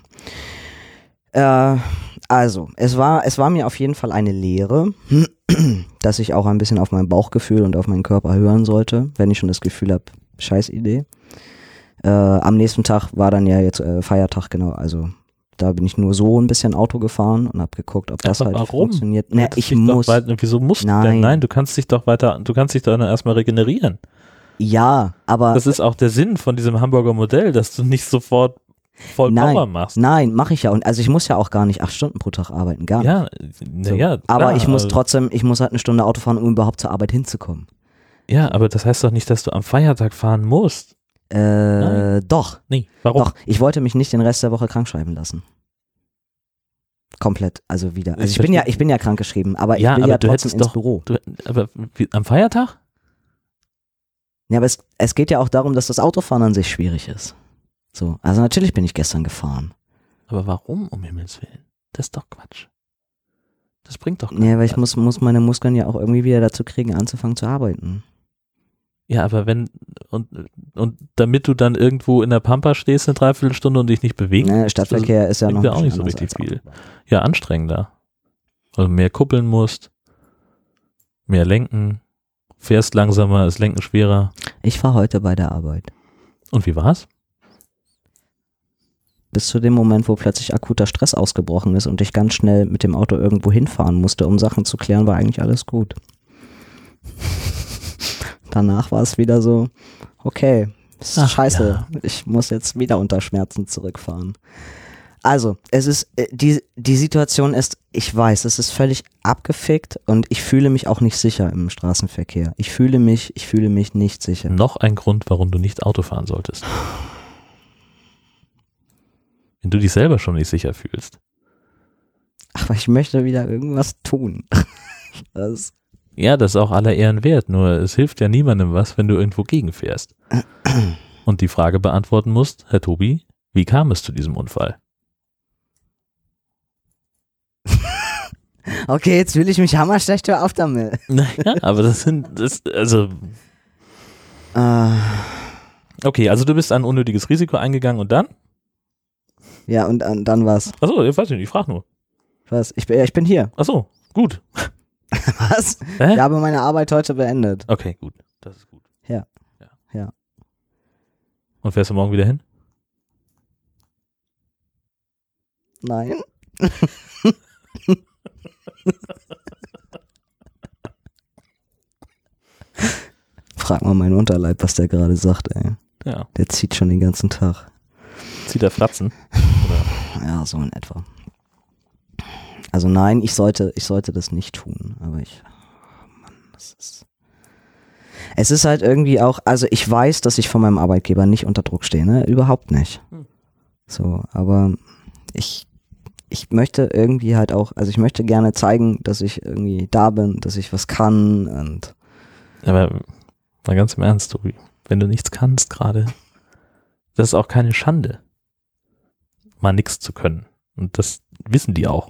Also, es war mir auf jeden Fall eine Lehre, dass ich auch ein bisschen auf mein Bauchgefühl und auf meinen Körper hören sollte, wenn ich schon das Gefühl habe, scheiß Idee. Am nächsten Tag war dann ja jetzt Feiertag, genau, also da bin ich nur so ein bisschen Auto gefahren und habe geguckt, ob das halt funktioniert. Na, wieso musst du denn? Nein, du kannst dich doch dann erstmal regenerieren. Ja, aber... Das ist auch der Sinn von diesem Hamburger Modell, dass du nicht sofort voll Power machst. Nein, mache ich ja. Und also ich muss ja auch gar nicht 8 Stunden pro Tag arbeiten, gar nicht. Ja, aber ich muss trotzdem, ich muss halt 1 Stunde Auto fahren, um überhaupt zur Arbeit hinzukommen. Ja, aber das heißt doch nicht, dass du am Feiertag fahren musst. Doch. Nee, warum? Doch, ich wollte mich nicht den Rest der Woche krank schreiben lassen. Komplett, also wieder. Also ich bin ja krankgeschrieben, aber ich will aber ja du trotzdem hättest ins doch, Büro. Aber am Feiertag? Ja, aber es geht ja auch darum, dass das Autofahren an sich schwierig ist. So, also natürlich bin ich gestern gefahren. Aber warum, um Himmels Willen? Das ist doch Quatsch. Das bringt doch Ja, weil ich muss meine Muskeln ja auch irgendwie wieder dazu kriegen, anzufangen zu arbeiten. Ja, aber und damit du dann irgendwo in der Pampa stehst eine Dreiviertelstunde und dich nicht bewegst, Ne, Stadtverkehr ist ja noch bringt ja auch nicht so anders richtig als viel. Autobahn. Ja, anstrengender. Also mehr kuppeln musst, mehr lenken, fährst langsamer, ist Lenken schwerer. Ich war heute bei der Arbeit. Und wie war's? Bis zu dem Moment, wo plötzlich akuter Stress ausgebrochen ist und ich ganz schnell mit dem Auto irgendwo hinfahren musste, um Sachen zu klären, war eigentlich alles gut. Danach war es wieder so, okay, ist scheiße, ja. ich muss jetzt wieder unter Schmerzen zurückfahren. Also, es ist, die Situation ist, ich weiß, es ist völlig abgefickt und ich fühle mich auch nicht sicher im Straßenverkehr. Ich fühle mich nicht sicher. Noch ein Grund, warum du nicht Auto fahren solltest. Wenn du dich selber schon nicht sicher fühlst. Aber ich möchte wieder irgendwas tun. Das Ja, das ist auch aller Ehren wert, nur es hilft ja niemandem was, wenn du irgendwo gegenfährst. Und die Frage beantworten musst, Herr Tobi, wie kam es zu diesem Unfall? Okay, jetzt fühle ich mich hammerschlecht, hör auf damit. Naja, aber okay, also du bist ein unnötiges Risiko eingegangen und dann? Ja, und dann was? Achso, ich weiß nicht, ich frage nur. Was? Ich bin hier. Achso, gut. Was? Hä? Ich habe meine Arbeit heute beendet. Okay, gut, das ist gut. Ja. Und fährst du morgen wieder hin? Nein. Frag mal meinen Unterleib, was der gerade sagt, ey. Ja. Der zieht schon den ganzen Tag. Zieht er Fratzen? Oder? Ja, so in etwa. Also nein, ich sollte das nicht tun, aber es ist halt irgendwie auch, also ich weiß, dass ich von meinem Arbeitgeber nicht unter Druck stehe, ne? Überhaupt nicht. So, aber ich möchte irgendwie halt auch, also ich möchte gerne zeigen, dass ich irgendwie da bin, dass ich was kann und Aber mal ganz im Ernst, Tobi, wenn du nichts kannst gerade, das ist auch keine Schande, mal nichts zu können. Und das wissen die auch.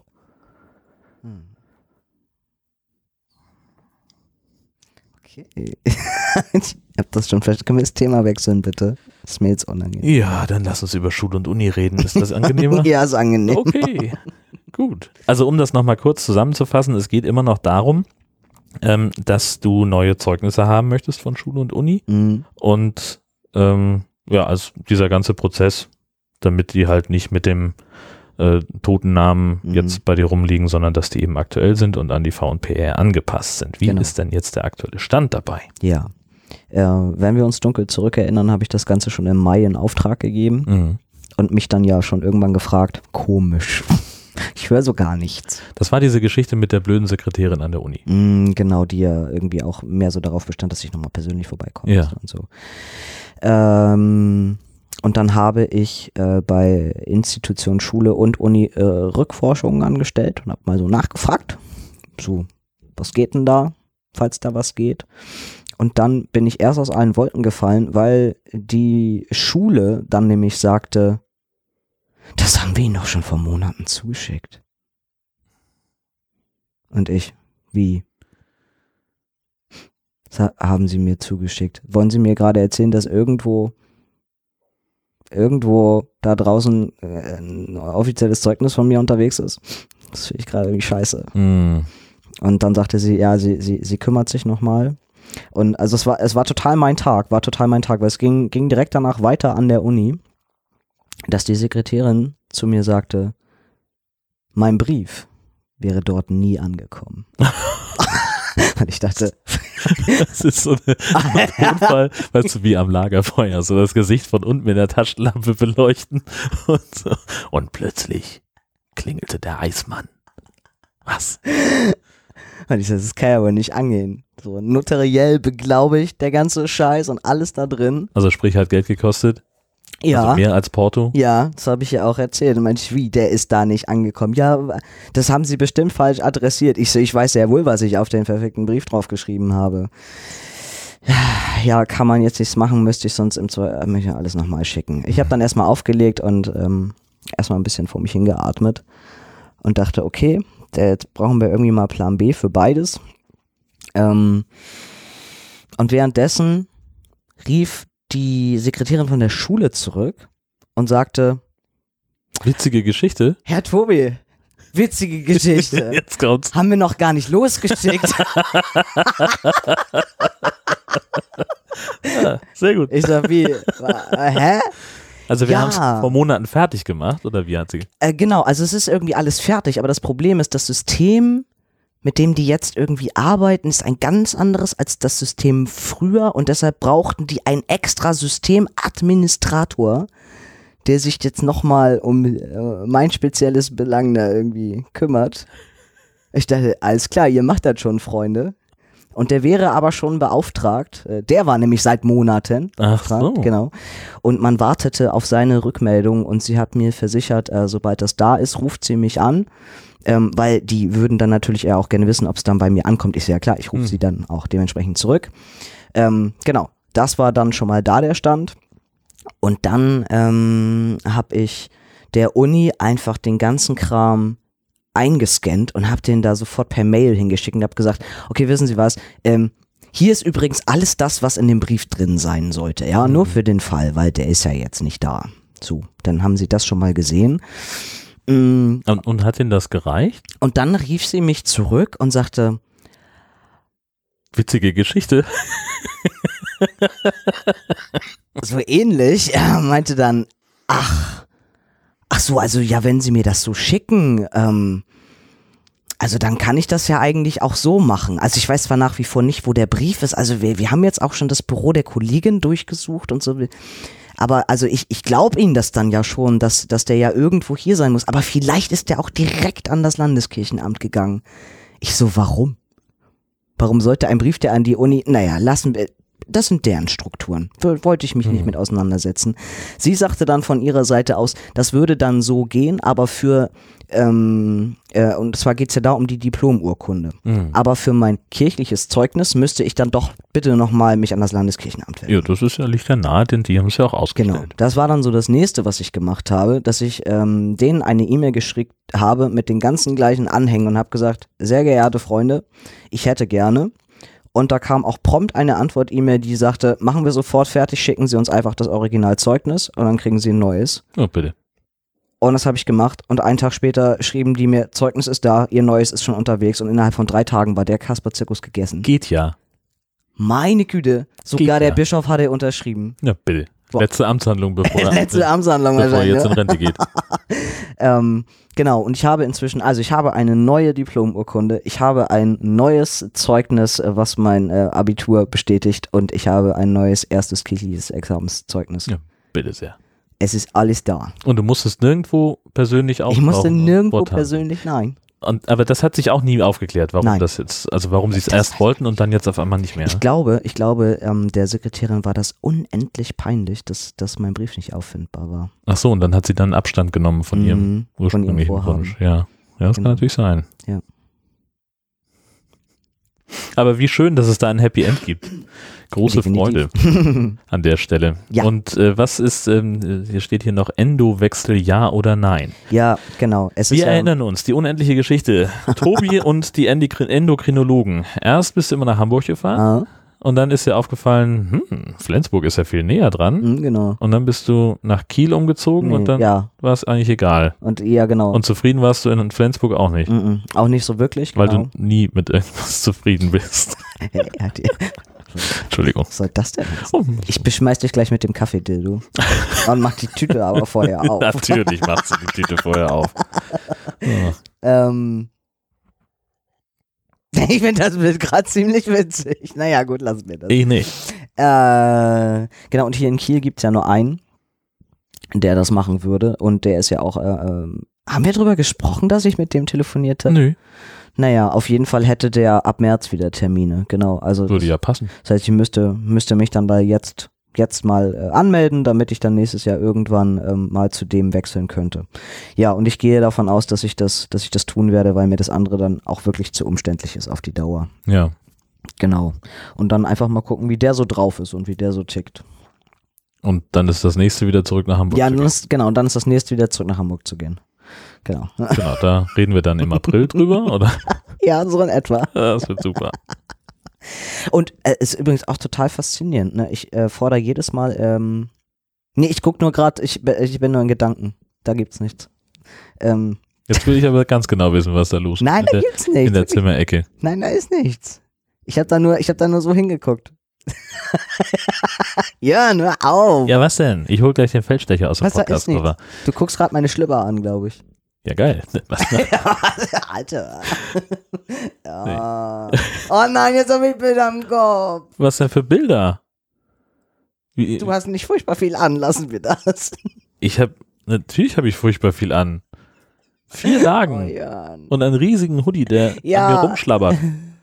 okay. Ich hab das schon verstanden. Können wir das Thema wechseln, bitte? Das ist mir jetzt unangenehm. Ja, dann lass uns über Schule und Uni reden. Ist das angenehmer? Ja, ist angenehm. Okay, gut. Also um das nochmal kurz zusammenzufassen, es geht immer noch darum, dass du neue Zeugnisse haben möchtest von Schule und Uni und also dieser ganze Prozess, damit die halt nicht mit dem toten Namen jetzt bei dir rumliegen, sondern dass die eben aktuell sind und an die VNPR angepasst sind. Wie ist denn jetzt der aktuelle Stand dabei? Ja. Wenn wir uns dunkel zurückerinnern, habe ich das Ganze schon im Mai in Auftrag gegeben und mich dann ja schon irgendwann gefragt, komisch. Ich höre so gar nichts. Das war diese Geschichte mit der blöden Sekretärin an der Uni. Genau, die ja irgendwie auch mehr so darauf bestand, dass ich nochmal persönlich vorbeikomme. Ja. Und so. Und dann habe ich bei Institution Schule und Uni Rückforschungen angestellt und habe mal so nachgefragt, so, was geht denn da, falls da was geht. Und dann bin ich erst aus allen Wolken gefallen, weil die Schule dann nämlich sagte, das haben wir Ihnen doch schon vor Monaten zugeschickt. Und ich, wie? Das haben Sie mir zugeschickt. Wollen Sie mir gerade erzählen, dass irgendwo da draußen ein offizielles Zeugnis von mir unterwegs ist? Das finde ich gerade irgendwie scheiße. Und dann sagte sie, ja, sie kümmert sich nochmal. Und also es war total mein Tag, weil es ging direkt danach weiter an der Uni, dass die Sekretärin zu mir sagte, mein Brief wäre dort nie angekommen. Und ich dachte, das ist so ein Unfall, weißt du, wie am Lagerfeuer, so das Gesicht von unten mit der Taschenlampe beleuchten und so. Und plötzlich klingelte der Eismann. Was? Und ich so, das kann ja wohl nicht angehen. So notariell beglaubigt, der ganze Scheiß und alles da drin. Also sprich, hat Geld gekostet? Ja. Also mehr als Porto? Ja, das habe ich ja auch erzählt. Und meinte ich, wie, der ist da nicht angekommen. Ja, das haben sie bestimmt falsch adressiert. Ich so, ich weiß sehr wohl, was ich auf den verfickten Brief draufgeschrieben habe. Ja, kann man jetzt nichts machen, müsste ich sonst mich alles nochmal schicken. Ich habe dann erstmal aufgelegt und erstmal ein bisschen vor mich hingeatmet und dachte, okay, jetzt brauchen wir irgendwie mal Plan B für beides. Und währenddessen rief die Sekretärin von der Schule zurück und sagte, Witzige Geschichte. Herr Tobi, witzige Geschichte. Jetzt kommt's. Haben wir noch gar nicht losgeschickt. Ja, sehr gut. Ich sag, wie, hä? Also wir Ja. haben es vor Monaten fertig gemacht, oder wie hat sie? Genau, also es ist irgendwie alles fertig, aber das Problem ist, das System, mit dem die jetzt irgendwie arbeiten, ist ein ganz anderes als das System früher und deshalb brauchten die einen extra Systemadministrator, der sich jetzt nochmal um mein spezielles Belang da irgendwie kümmert. Ich dachte, alles klar, ihr macht das schon, Freunde. Und der wäre aber schon beauftragt. Der war nämlich seit Monaten beauftragt, Ach so. genau. Und man wartete auf seine Rückmeldung und sie hat mir versichert, sobald das da ist, ruft sie mich an. Weil die würden dann natürlich eher auch gerne wissen, ob es dann bei mir ankommt. Ist ja klar, ich rufe sie dann auch dementsprechend zurück. Genau, das war dann schon mal da der Stand. Und dann habe ich der Uni einfach den ganzen Kram eingescannt und habe den da sofort per Mail hingeschickt und habe gesagt, okay, wissen Sie was, hier ist übrigens alles das, was in dem Brief drin sein sollte. Ja, nur für den Fall, weil der ist ja jetzt nicht da. So, dann haben Sie das schon mal gesehen. Und hat Ihnen das gereicht? Und dann rief sie mich zurück und sagte, Witzige Geschichte. so ähnlich, meinte dann, ach so, also ja, wenn Sie mir das so schicken, also dann kann ich das ja eigentlich auch so machen. Also ich weiß zwar nach wie vor nicht, wo der Brief ist, also wir haben jetzt auch schon das Büro der Kollegin durchgesucht und so, aber also ich glaube Ihnen das dann ja schon, dass der ja irgendwo hier sein muss, aber vielleicht ist der auch direkt an das Landeskirchenamt gegangen. Ich so, warum? Warum sollte ein Brief, der an die Uni, naja, lassen wir, das sind deren Strukturen. Wollte ich mich nicht mit auseinandersetzen. Sie sagte dann von ihrer Seite aus, das würde dann so gehen, aber für, und zwar geht es ja da um die Diplomurkunde. Aber für mein kirchliches Zeugnis müsste ich dann doch bitte nochmal mich an das Landeskirchenamt wenden. Ja, das ist ja, liegt ja nahe, denn die haben es ja auch ausgestellt. Genau, das war dann so das nächste, was ich gemacht habe, dass ich denen eine E-Mail geschickt habe mit den ganzen gleichen Anhängen und habe gesagt, sehr geehrte Freunde, ich hätte gerne. Und da kam auch prompt eine Antwort-E-Mail, die sagte, machen wir sofort fertig, schicken Sie uns einfach das Originalzeugnis und dann kriegen Sie ein neues. Oh, bitte. Und das habe ich gemacht und einen Tag später schrieben die mir, Zeugnis ist da, Ihr neues ist schon unterwegs und innerhalb von 3 Tagen war der Kasper-Zirkus gegessen. Geht ja. Meine Güte, sogar Geht der ja. Bischof hatte unterschrieben. Ja, bitte. Boah. Letzte Amtshandlung, bevor Letzte Amtshandlung bevor er wahrscheinlich. jetzt in Ne? Rente geht. Genau, und ich habe inzwischen, also ich habe eine neue Diplomurkunde, ich habe ein neues Zeugnis, was mein Abitur bestätigt und ich habe ein neues erstes kirchliches Examenszeugnis. Ja, bitte sehr. Es ist alles da. Und du musstest nirgendwo persönlich Ich auftauchen? musste nirgendwo und vortragen. persönlich, nein. Aber das hat sich auch nie aufgeklärt, warum Nein. das jetzt, also warum sie es erst wollten und dann jetzt auf einmal nicht mehr. Ich glaube, der Sekretärin war das unendlich peinlich, dass mein Brief nicht auffindbar war. Ach so, und dann hat sie dann Abstand genommen von ihrem ursprünglichen Vorhaben. Wunsch. Ja, das Genau. kann natürlich sein. Ja. Aber wie schön, dass es da ein Happy End gibt. Große Definitiv. Freude an der Stelle. Ja. Und was ist, hier steht hier noch Endowechsel, ja oder nein? Ja, genau. Es ist Wir ja, erinnern uns, die unendliche Geschichte. Tobi und die Endokrinologen. Erst bist du immer nach Hamburg gefahren und dann ist dir aufgefallen, Flensburg ist ja viel näher dran. Genau. Und dann bist du nach Kiel umgezogen und dann ja, war es eigentlich egal. und ja, genau. Und zufrieden warst du in Flensburg auch nicht, Auch nicht so wirklich, weil genau. du nie mit irgendwas zufrieden bist. Entschuldigung. Was soll das denn? Oh, Ich beschmeiß dich gleich mit dem Kaffee-Dildo. Und mach die Tüte aber vorher auf. Natürlich machst du die Tüte vorher auf. Oh. Ich finde das gerade ziemlich witzig. Naja, gut, lassen wir das. Ich nicht. Genau, und hier in Kiel gibt es ja nur einen, der das machen würde. Und der ist ja auch, haben wir drüber gesprochen, dass ich mit dem telefoniert habe? Nö. Naja, auf jeden Fall hätte der ab März wieder Termine, genau. Also Würde ja passen. das heißt, ich müsste mich dann da jetzt mal anmelden, damit ich dann nächstes Jahr irgendwann mal zu dem wechseln könnte. Ja, und ich gehe davon aus, dass ich das tun werde, weil mir das andere dann auch wirklich zu umständlich ist auf die Dauer. Ja. Genau. Und dann einfach mal gucken, wie der so drauf ist und wie der so tickt. Und dann ist das nächste wieder zurück nach Hamburg. Ja, und dann ist das nächste wieder zurück nach Hamburg zu gehen. Genau. Genau, da reden wir dann im April drüber, oder? Ja, so in etwa. Das wird super. Und ist übrigens auch total faszinierend. Ne? Ich fordere jedes Mal, ich gucke nur gerade, ich bin nur in Gedanken. Da gibt's nichts. Jetzt will ich aber ganz genau wissen, was da los ist. Nein, da gibt's nichts. In der Zimmerecke. Nein, da ist nichts. Ich habe da nur so hingeguckt. Jörn, hör auf. Ja, was denn? Ich hol gleich den Feldstecher aus dem Was, da ist nichts. Podcast-Cover. Du guckst gerade meine Schlüpper an, glaube ich. Ja, geil. Was, Alter. Ja. Oh nein, jetzt habe ich Bilder im Kopf. was denn für Bilder? Wie, Du hast nicht furchtbar viel an, lassen wir das. natürlich habe ich furchtbar viel an. 4 Lagen. Oh, Jörn. Und einen riesigen Hoodie, der an Ja. mir rumschlabbert.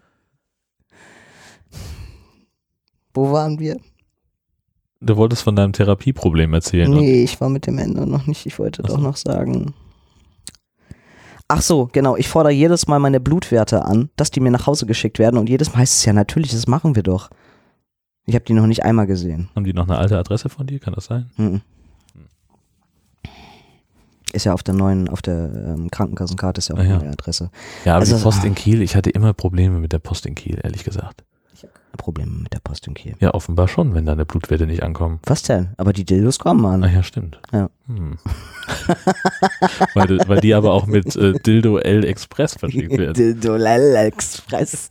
Wo waren wir? Du wolltest von deinem Therapieproblem erzählen. Nee, ich war mit dem Ende noch nicht. Ich wollte doch noch sagen. Ach so, genau. Ich fordere jedes Mal meine Blutwerte an, dass die mir nach Hause geschickt werden. Und jedes Mal heißt es ja natürlich, das machen wir doch. Ich habe die noch nicht einmal gesehen. Haben die noch eine alte Adresse von dir? Kann das sein? Mhm. Ist ja auf der Krankenkassenkarte ist ja auch Ah, ja. eine neue Adresse. Ja, aber Also, die Post in Kiel, ich hatte immer Probleme mit der Post in Kiel, ehrlich gesagt. Probleme mit der Post in Kiel. Ja, offenbar schon, wenn deine Blutwerte nicht ankommen. Was denn? Aber die Dildos kommen an. Ah ja, stimmt. Ja. Weil die aber auch mit Dildo L Express verschickt werden. Dildo Express.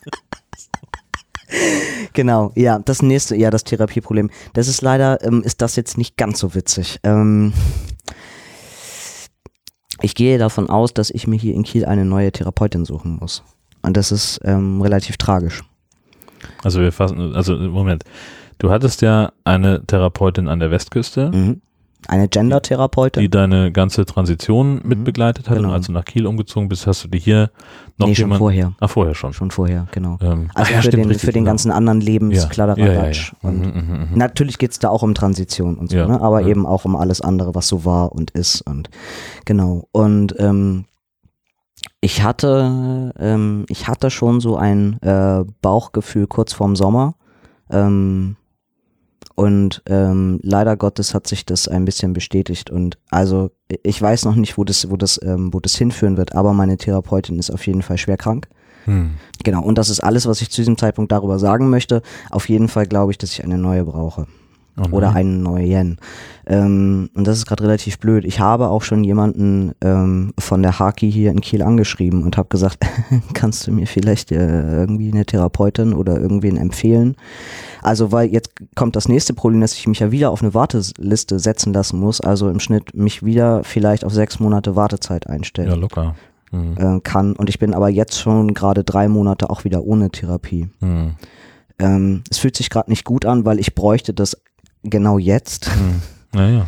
Genau, ja, das nächste, ja, das Therapieproblem. Das ist leider, ist das jetzt nicht ganz so witzig. Ich gehe davon aus, dass ich mir hier in Kiel eine neue Therapeutin suchen muss. Und das ist relativ tragisch. Also Moment. Du hattest ja eine Therapeutin an der Westküste, Mhm. Eine Gender-Therapeutin. die deine ganze Transition mitbegleitet hat. Genau. Und als du nach Kiel umgezogen bist, hast du die hier noch Nee, schon jemand... vorher. Ach, vorher schon. Schon vorher, genau. ach Also ja, für, stimmt, den, richtig, für den genau. ganzen anderen Lebenskladderadatsch. Ja. Und natürlich geht es da auch um Transition und so, Ja, ne? Aber ja. eben auch um alles andere, was so war und ist. Und genau. Und ich hatte schon so ein Bauchgefühl kurz vorm Sommer. Und leider Gottes hat sich das ein bisschen bestätigt. Und also ich weiß noch nicht, wo das hinführen wird, aber meine Therapeutin ist auf jeden Fall schwer krank. Genau, und das ist alles, was ich zu diesem Zeitpunkt darüber sagen möchte. Auf jeden Fall glaube ich, dass ich eine neue brauche. Oh nein. Oder einen neuen. Und das ist gerade relativ blöd. Ich habe auch schon jemanden von der Haki hier in Kiel angeschrieben und habe gesagt, kannst du mir vielleicht irgendwie eine Therapeutin oder irgendwen empfehlen? Also, weil jetzt kommt das nächste Problem, dass ich mich ja wieder auf eine Warteliste setzen lassen muss. Also im Schnitt mich wieder vielleicht auf 6 Monate Wartezeit einstellen Ja, locker. kann. Und ich bin aber jetzt schon gerade 3 Monate auch wieder ohne Therapie. Es fühlt sich gerade nicht gut an, weil ich bräuchte das genau jetzt. Naja.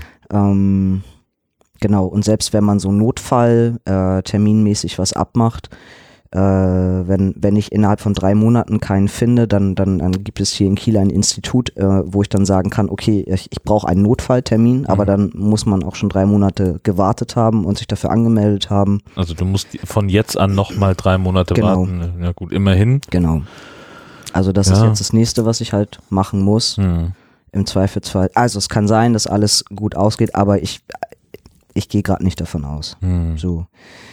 Genau, und selbst wenn man so Notfall terminmäßig was abmacht, wenn ich innerhalb von 3 Monaten keinen finde, dann gibt es hier in Kiel ein Institut, wo ich dann sagen kann, okay, ich brauche einen Notfalltermin, aber dann muss man auch schon 3 Monate gewartet haben und sich dafür angemeldet haben. Also du musst von jetzt an nochmal 3 Monate Genau. warten. Ja gut, immerhin. Genau. Also das ist jetzt das nächste, was ich halt machen muss. Im Zweifelsfall. Also es kann sein, dass alles gut ausgeht, aber ich gehe gerade nicht davon aus. So.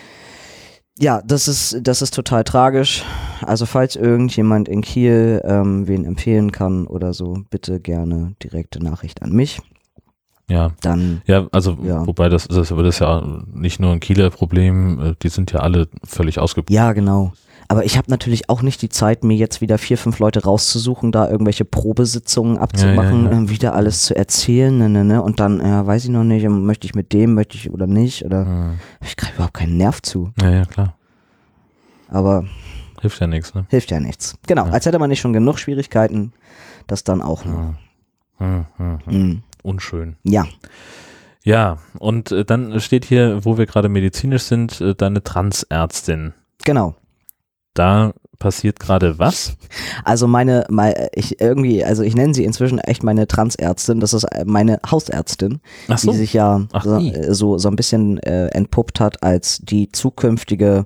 Ja, das ist total tragisch. Also falls irgendjemand in Kiel wen empfehlen kann oder so, bitte gerne direkte Nachricht an mich. Ja. Dann Ja, also Ja. wobei das ist ja nicht nur ein Kieler Problem, die sind ja alle völlig ausgebucht. ja, genau. Aber ich habe natürlich auch nicht die Zeit, mir jetzt wieder 4, 5 Leute rauszusuchen, da irgendwelche Probesitzungen abzumachen, Ja. wieder alles zu erzählen, ne. Und dann, weiß ich noch nicht, möchte ich oder nicht, oder ich kriege überhaupt keinen Nerv zu. Ja, klar. Aber Hilft ja nichts, ne? hilft ja nichts. Genau, als hätte man nicht schon genug Schwierigkeiten, das dann auch noch. Unschön. Ja, Ja, und dann steht hier, wo wir gerade medizinisch sind, deine Transärztin. genau. da passiert gerade was? Also ich nenne sie inzwischen echt meine Transärztin, das ist meine Hausärztin, Ach so. die sich ja Ach, so ein bisschen entpuppt hat als die zukünftige,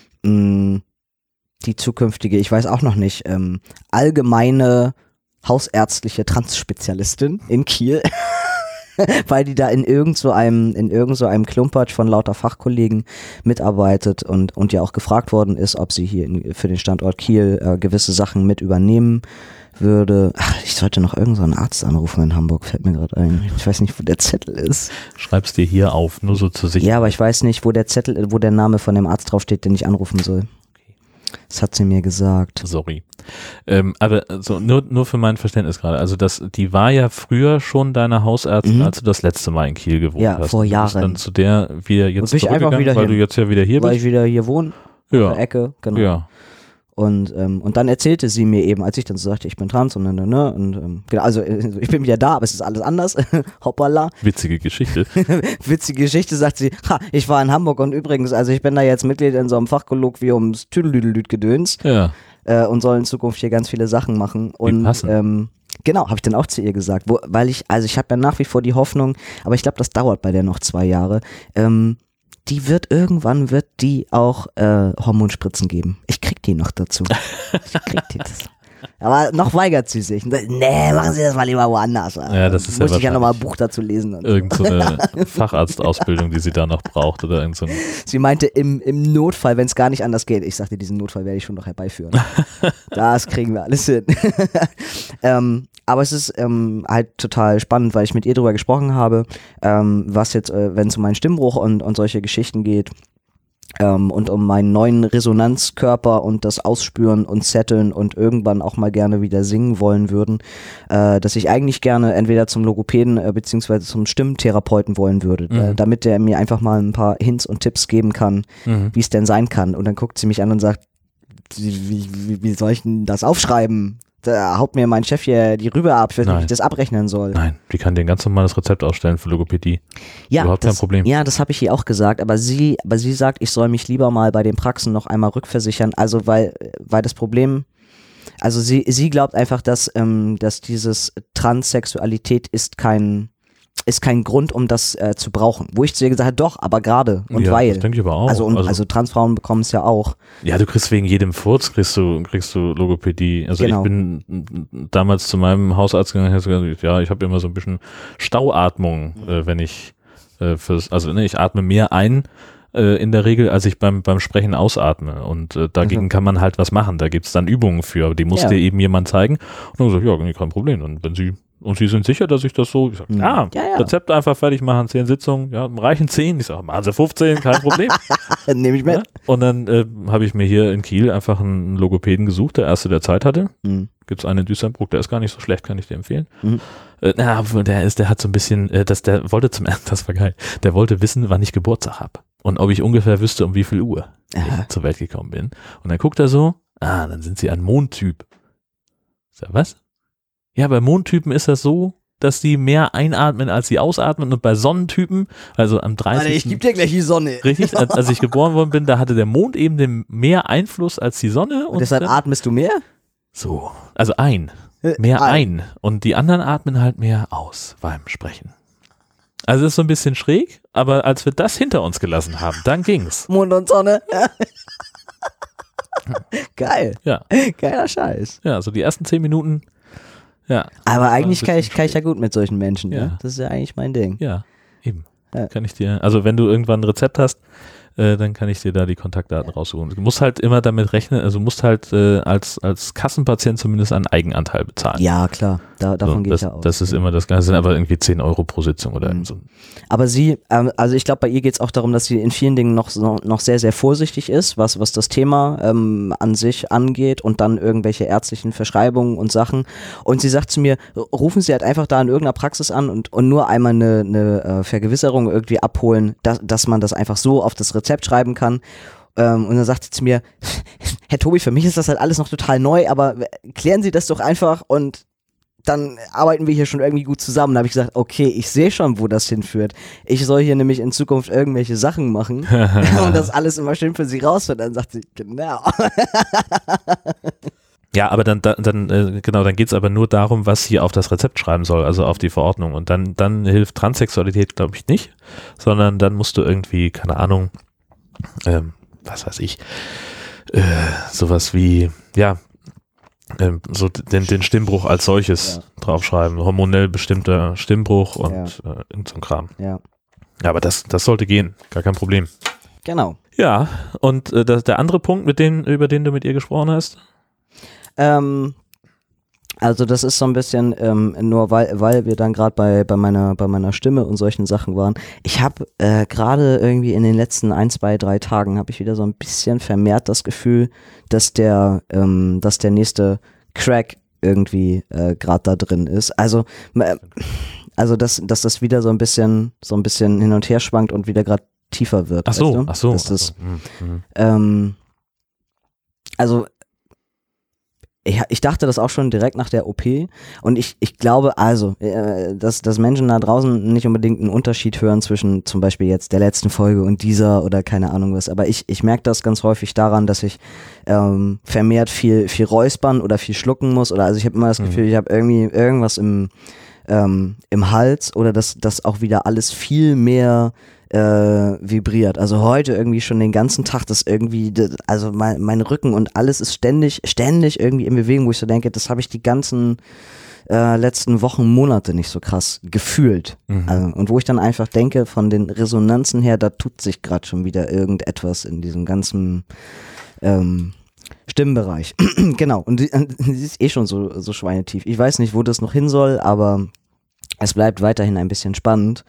ich weiß auch noch nicht, allgemeine hausärztliche Transspezialistin in Kiel. Weil die da in irgend so einem Klumpatsch von lauter Fachkollegen mitarbeitet und ja auch gefragt worden ist, ob sie hier für den Standort Kiel gewisse Sachen mit übernehmen würde. Ach, ich sollte noch irgend so einen Arzt anrufen in Hamburg, fällt mir gerade ein. Ich weiß nicht, wo der Zettel ist. Schreib's dir hier auf, nur so zur Sicherheit. Ja, aber ich weiß nicht, wo der Name von dem Arzt draufsteht, den ich anrufen soll. Das hat sie mir gesagt. Sorry. Aber so nur für mein Verständnis gerade. Also die war ja früher schon deine Hausärztin, als du das letzte Mal in Kiel gewohnt hast. Ja, vor Jahren. Du bist dann zu der wieder jetzt bin ich einfach zurückgegangen, wieder weil hin. du jetzt ja wieder hier Weil bist. ich wieder hier wohne, in der Ecke, genau. Ja. Und dann erzählte sie mir eben, als ich dann so sagte, ich bin trans und genau, also ich bin wieder da, aber es ist alles anders. Hoppala. Witzige Geschichte. Witzige Geschichte, sagt sie, ich war in Hamburg und übrigens, also ich bin da jetzt Mitglied in so einem Fachkolloquiums Tüdelüdelüd-Gedöns und soll in Zukunft hier ganz viele Sachen machen. Und genau, habe ich dann auch zu ihr gesagt, ich habe ja nach wie vor die Hoffnung, aber ich glaube, das dauert bei der noch 2 Jahre, irgendwann wird die auch Hormonspritzen geben. Ich krieg die noch dazu. Ich krieg die das. Aber noch weigert sie sich. Nee, machen Sie das mal lieber woanders. Ja, das ist muss ja ich ja nochmal ein Buch dazu lesen. Irgend so eine Facharztausbildung, die sie da noch braucht oder irgend so eine. Sie meinte, im Notfall, wenn es gar nicht anders geht. Ich sagte, diesen Notfall werde ich schon noch herbeiführen. Das kriegen wir alles hin. Aber es ist halt total spannend, weil ich mit ihr drüber gesprochen habe, was jetzt, wenn es um meinen Stimmbruch und solche Geschichten geht, und um meinen neuen Resonanzkörper und das Ausspüren und Setteln und irgendwann auch mal gerne wieder singen wollen würden, dass ich eigentlich gerne entweder zum Logopäden beziehungsweise zum Stimmtherapeuten wollen würde, damit der mir einfach mal ein paar Hints und Tipps geben kann, wie es denn sein kann. Und dann guckt sie mich an und sagt, wie soll ich denn das aufschreiben? Da haut mir mein Chef hier die Rübe ab, wie ich das abrechnen soll. Nein, die kann dir ein ganz normales Rezept ausstellen für Logopädie. Ja, überhaupt kein Problem. Ja, das habe ich ihr auch gesagt, aber sie sagt, ich soll mich lieber mal bei den Praxen noch einmal rückversichern, also weil das Problem, also sie glaubt einfach, dass dieses Transsexualität ist kein Grund, um das zu brauchen. Wo ich zu ihr gesagt habe, doch, aber gerade und weil. Das denke ich aber auch. Also Transfrauen bekommen es ja auch. Ja, du kriegst wegen jedem Furz kriegst du Logopädie. Also genau. Ich bin damals zu meinem Hausarzt gegangen und habe gesagt, ja, ich habe immer so ein bisschen Stauatmung, wenn ich ich atme mehr ein in der Regel, als ich beim Sprechen ausatme. Und dagegen kann man halt was machen. Da gibt's dann Übungen für, aber die muss dir eben jemand zeigen. Und dann gesagt, ja, nee, kein Problem. Und Sie sind sicher, dass ich das so, ich sage, ja, Rezept einfach fertig machen, 10 Sitzungen, ja, reichen 10. Ich sage, machen Sie 15, kein Problem. Nehme ich mit. Ja? Und dann habe ich mir hier in Kiel einfach einen Logopäden gesucht, der erste, der Zeit hatte. Gibt's einen in Düsseldorf, der ist gar nicht so schlecht, kann ich dir empfehlen. Der hat so ein bisschen, das war geil, der wollte wissen, wann ich Geburtstag habe. Und ob ich ungefähr wüsste, um wie viel Uhr ich zur Welt gekommen bin. Und dann guckt er so, dann sind Sie ein Mondtyp. Ich sag, was? Ja, bei Mondtypen ist das so, dass die mehr einatmen, als sie ausatmen. Und bei Sonnentypen, also am 30. Alter, ich geb dir gleich die Sonne. Richtig, als ich geboren worden bin, da hatte der Mond eben mehr Einfluss als die Sonne. Und deshalb atmest du mehr? So, also mehr ein. Und die anderen atmen halt mehr aus beim Sprechen. Also das ist so ein bisschen schräg, aber als wir das hinter uns gelassen haben, dann ging's. Mond und Sonne. Geil. Ja. Geiler Scheiß. Ja, so die ersten 10 Minuten. Ja. Aber eigentlich kann ich ja gut mit solchen Menschen. Ja. Ne? Das ist ja eigentlich mein Ding. Ja, eben. Ja. Kann ich dir, also wenn du irgendwann ein Rezept hast, dann kann ich dir da die Kontaktdaten raussuchen. Du musst halt immer damit rechnen, also du musst halt als Kassenpatient zumindest einen Eigenanteil bezahlen. Ja, klar, davon geht ja aus. Das ist immer das Ganze, sind aber irgendwie 10 Euro pro Sitzung oder so. Aber sie, also ich glaube, bei ihr geht es auch darum, dass sie in vielen Dingen noch sehr, sehr vorsichtig ist, was das Thema an sich angeht und dann irgendwelche ärztlichen Verschreibungen und Sachen. Und sie sagt zu mir, rufen Sie halt einfach da in irgendeiner Praxis an und nur einmal eine Vergewisserung irgendwie abholen, dass man das einfach so auf das Rezept schreiben kann. Und dann sagt sie zu mir, Herr Tobi, für mich ist das halt alles noch total neu, aber klären Sie das doch einfach und dann arbeiten wir hier schon irgendwie gut zusammen. Da habe ich gesagt, okay, ich sehe schon, wo das hinführt. Ich soll hier nämlich in Zukunft irgendwelche Sachen machen und das alles immer schön für sie rausfinden. Dann sagt sie, genau. Ja, aber dann geht es aber nur darum, was sie auf das Rezept schreiben soll, also auf die Verordnung. Und dann hilft Transsexualität, glaube ich, nicht, sondern dann musst du irgendwie, keine Ahnung, was weiß ich, sowas wie, ja, so den Stimmbruch als solches draufschreiben, hormonell bestimmter Stimmbruch und irgend so ein Kram. Ja. Ja, aber das sollte gehen, gar kein Problem. Genau. Ja, und der andere Punkt, über den du mit ihr gesprochen hast? Also das ist so ein bisschen nur weil wir dann gerade bei meiner Stimme und solchen Sachen waren. Ich habe gerade irgendwie in den letzten 1, 2, 3 Tagen habe ich wieder so ein bisschen vermehrt das Gefühl, dass der nächste Crack irgendwie gerade da drin ist. Also dass das wieder so ein bisschen hin und her schwankt und wieder gerade tiefer wird. Ach so. Also ich dachte das auch schon direkt nach der OP und ich glaube dass Menschen da draußen nicht unbedingt einen Unterschied hören zwischen zum Beispiel jetzt der letzten Folge und dieser oder keine Ahnung was, aber ich merke das ganz häufig daran, dass ich vermehrt viel räuspern oder viel schlucken muss oder also ich habe immer das Gefühl, ich habe irgendwie irgendwas im Hals oder dass auch wieder alles viel mehr vibriert. Also heute irgendwie schon den ganzen Tag, das irgendwie, also mein Rücken und alles ist ständig irgendwie in Bewegung, wo ich so denke, das habe ich die ganzen letzten Wochen, Monate nicht so krass gefühlt. Und wo ich dann einfach denke, von den Resonanzen her, da tut sich gerade schon wieder irgendetwas in diesem ganzen Stimmbereich. Genau, und sie ist eh schon so schweinetief. Ich weiß nicht, wo das noch hin soll, aber es bleibt weiterhin ein bisschen spannend.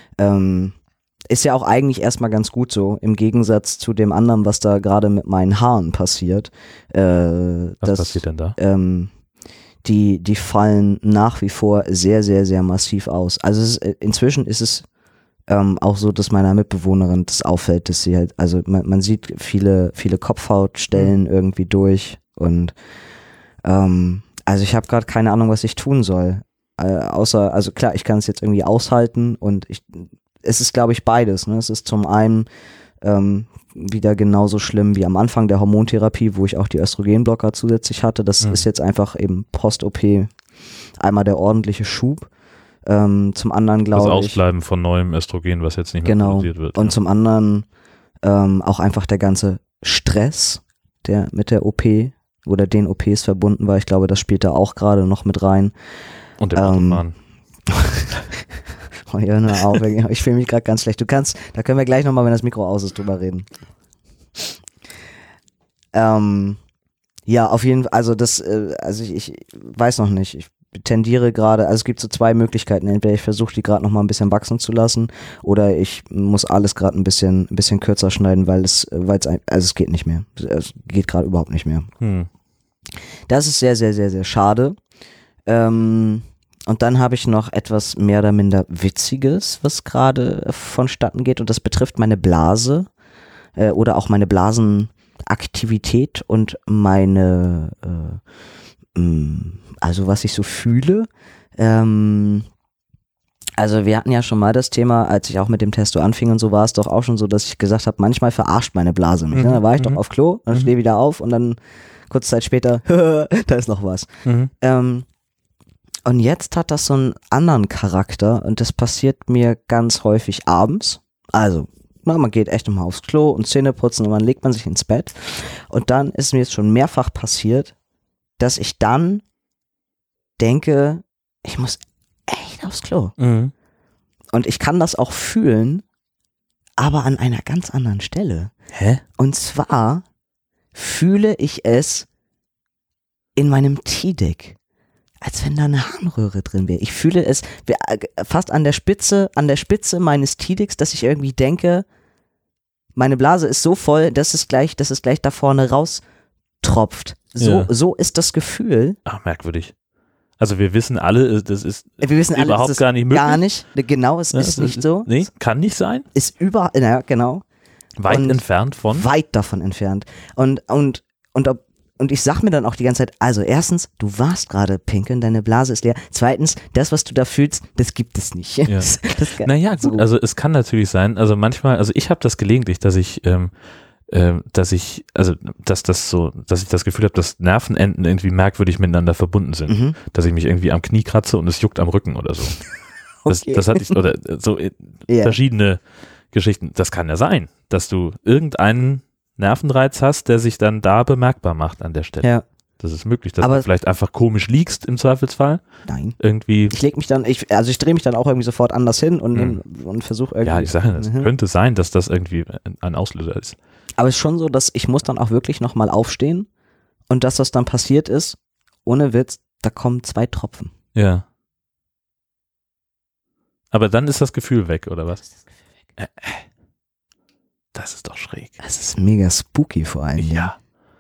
Ist ja auch eigentlich erstmal ganz gut so, im Gegensatz zu dem anderen, was da gerade mit meinen Haaren passiert. Was passiert denn da? Die fallen nach wie vor sehr, sehr, sehr massiv aus. Also inzwischen ist es auch so, dass meiner Mitbewohnerin das auffällt, dass sie halt, also man sieht viele Kopfhautstellen irgendwie durch und also ich habe gerade keine Ahnung, was ich tun soll. Außer, also klar, ich kann es jetzt irgendwie aushalten und es ist, glaube ich, beides. Ne? Es ist zum einen wieder genauso schlimm wie am Anfang der Hormontherapie, wo ich auch die Östrogenblocker zusätzlich hatte. Das ist jetzt einfach eben Post-OP einmal der ordentliche Schub. Zum anderen glaube ich... Das Ausbleiben von neuem Östrogen, was jetzt nicht mehr produziert wird. Und zum anderen auch einfach der ganze Stress, der mit der OP oder den OPs verbunden war. Ich glaube, das spielt da auch gerade noch mit rein. Und dem Autofahren. Oh, hör nur auf, ich fühle mich gerade ganz schlecht. Da können wir gleich nochmal, wenn das Mikro aus ist, drüber reden. Ja, auf jeden Fall, also ich weiß noch nicht. Ich tendiere gerade, also es gibt so 2 Möglichkeiten. Entweder ich versuche die gerade nochmal ein bisschen wachsen zu lassen oder ich muss alles gerade ein bisschen kürzer schneiden, weil es geht nicht mehr. Es geht gerade überhaupt nicht mehr. Das ist sehr, sehr, sehr, sehr schade. Und dann habe ich noch etwas mehr oder minder Witziges, was gerade vonstatten geht und das betrifft meine Blase oder auch meine Blasenaktivität und meine, also was ich so fühle. Also wir hatten ja schon mal das Thema, als ich auch mit dem Testo anfing und so war es doch auch schon so, dass ich gesagt habe, manchmal verarscht meine Blase mich. Ne? Da war ich doch auf Klo, dann stehe wieder auf und dann kurze Zeit später, da ist noch was. Und jetzt hat das so einen anderen Charakter und das passiert mir ganz häufig abends. Also, man geht echt nochmal aufs Klo und Zähne putzen und dann legt man sich ins Bett. Und dann ist mir jetzt schon mehrfach passiert, dass ich dann denke, ich muss echt aufs Klo. Und ich kann das auch fühlen, aber an einer ganz anderen Stelle. Hä? Und zwar fühle ich es in meinem T-Deck. Als wenn da eine Harnröhre drin wäre. Ich fühle es fast an der Spitze meines T-Decks, dass ich irgendwie denke, meine Blase ist so voll, dass es gleich da vorne raustropft. So ist das Gefühl. Ach, merkwürdig. Also wir wissen alle, das ist überhaupt gar nicht möglich. Gar nicht. Genau, es ist nicht so. Nee, kann nicht sein. Ist genau. Weit entfernt von? Weit davon entfernt. Und und ich sag mir dann auch die ganze Zeit, also erstens, du warst gerade pinkeln, deine Blase ist leer. Zweitens, das, was du da fühlst, das gibt es nicht. Ja. Naja, gut, also es kann natürlich sein, also manchmal, also ich habe das gelegentlich, dass ich das Gefühl habe, dass Nervenenden irgendwie merkwürdig miteinander verbunden sind. Dass ich mich irgendwie am Knie kratze und es juckt am Rücken oder so. Okay. Das hatte ich, oder so verschiedene Geschichten. Das kann ja sein, dass du irgendeinen Nervenreiz hast, der sich dann da bemerkbar macht an der Stelle. Ja. Das ist möglich, dass Aber du vielleicht einfach komisch liegst im Zweifelsfall. Nein. Irgendwie. Ich leg mich dann, ich drehe mich dann auch irgendwie sofort anders hin und versuche irgendwie. Ja, ich sage, es könnte sein, dass das irgendwie ein Auslöser ist. Aber es ist schon so, dass ich muss dann auch wirklich nochmal aufstehen und das, was dann passiert ist, ohne Witz, da kommen 2 Tropfen. Ja. Aber dann ist das Gefühl weg, oder was? Das ist doch schräg. Das ist mega spooky vor allem. Ja.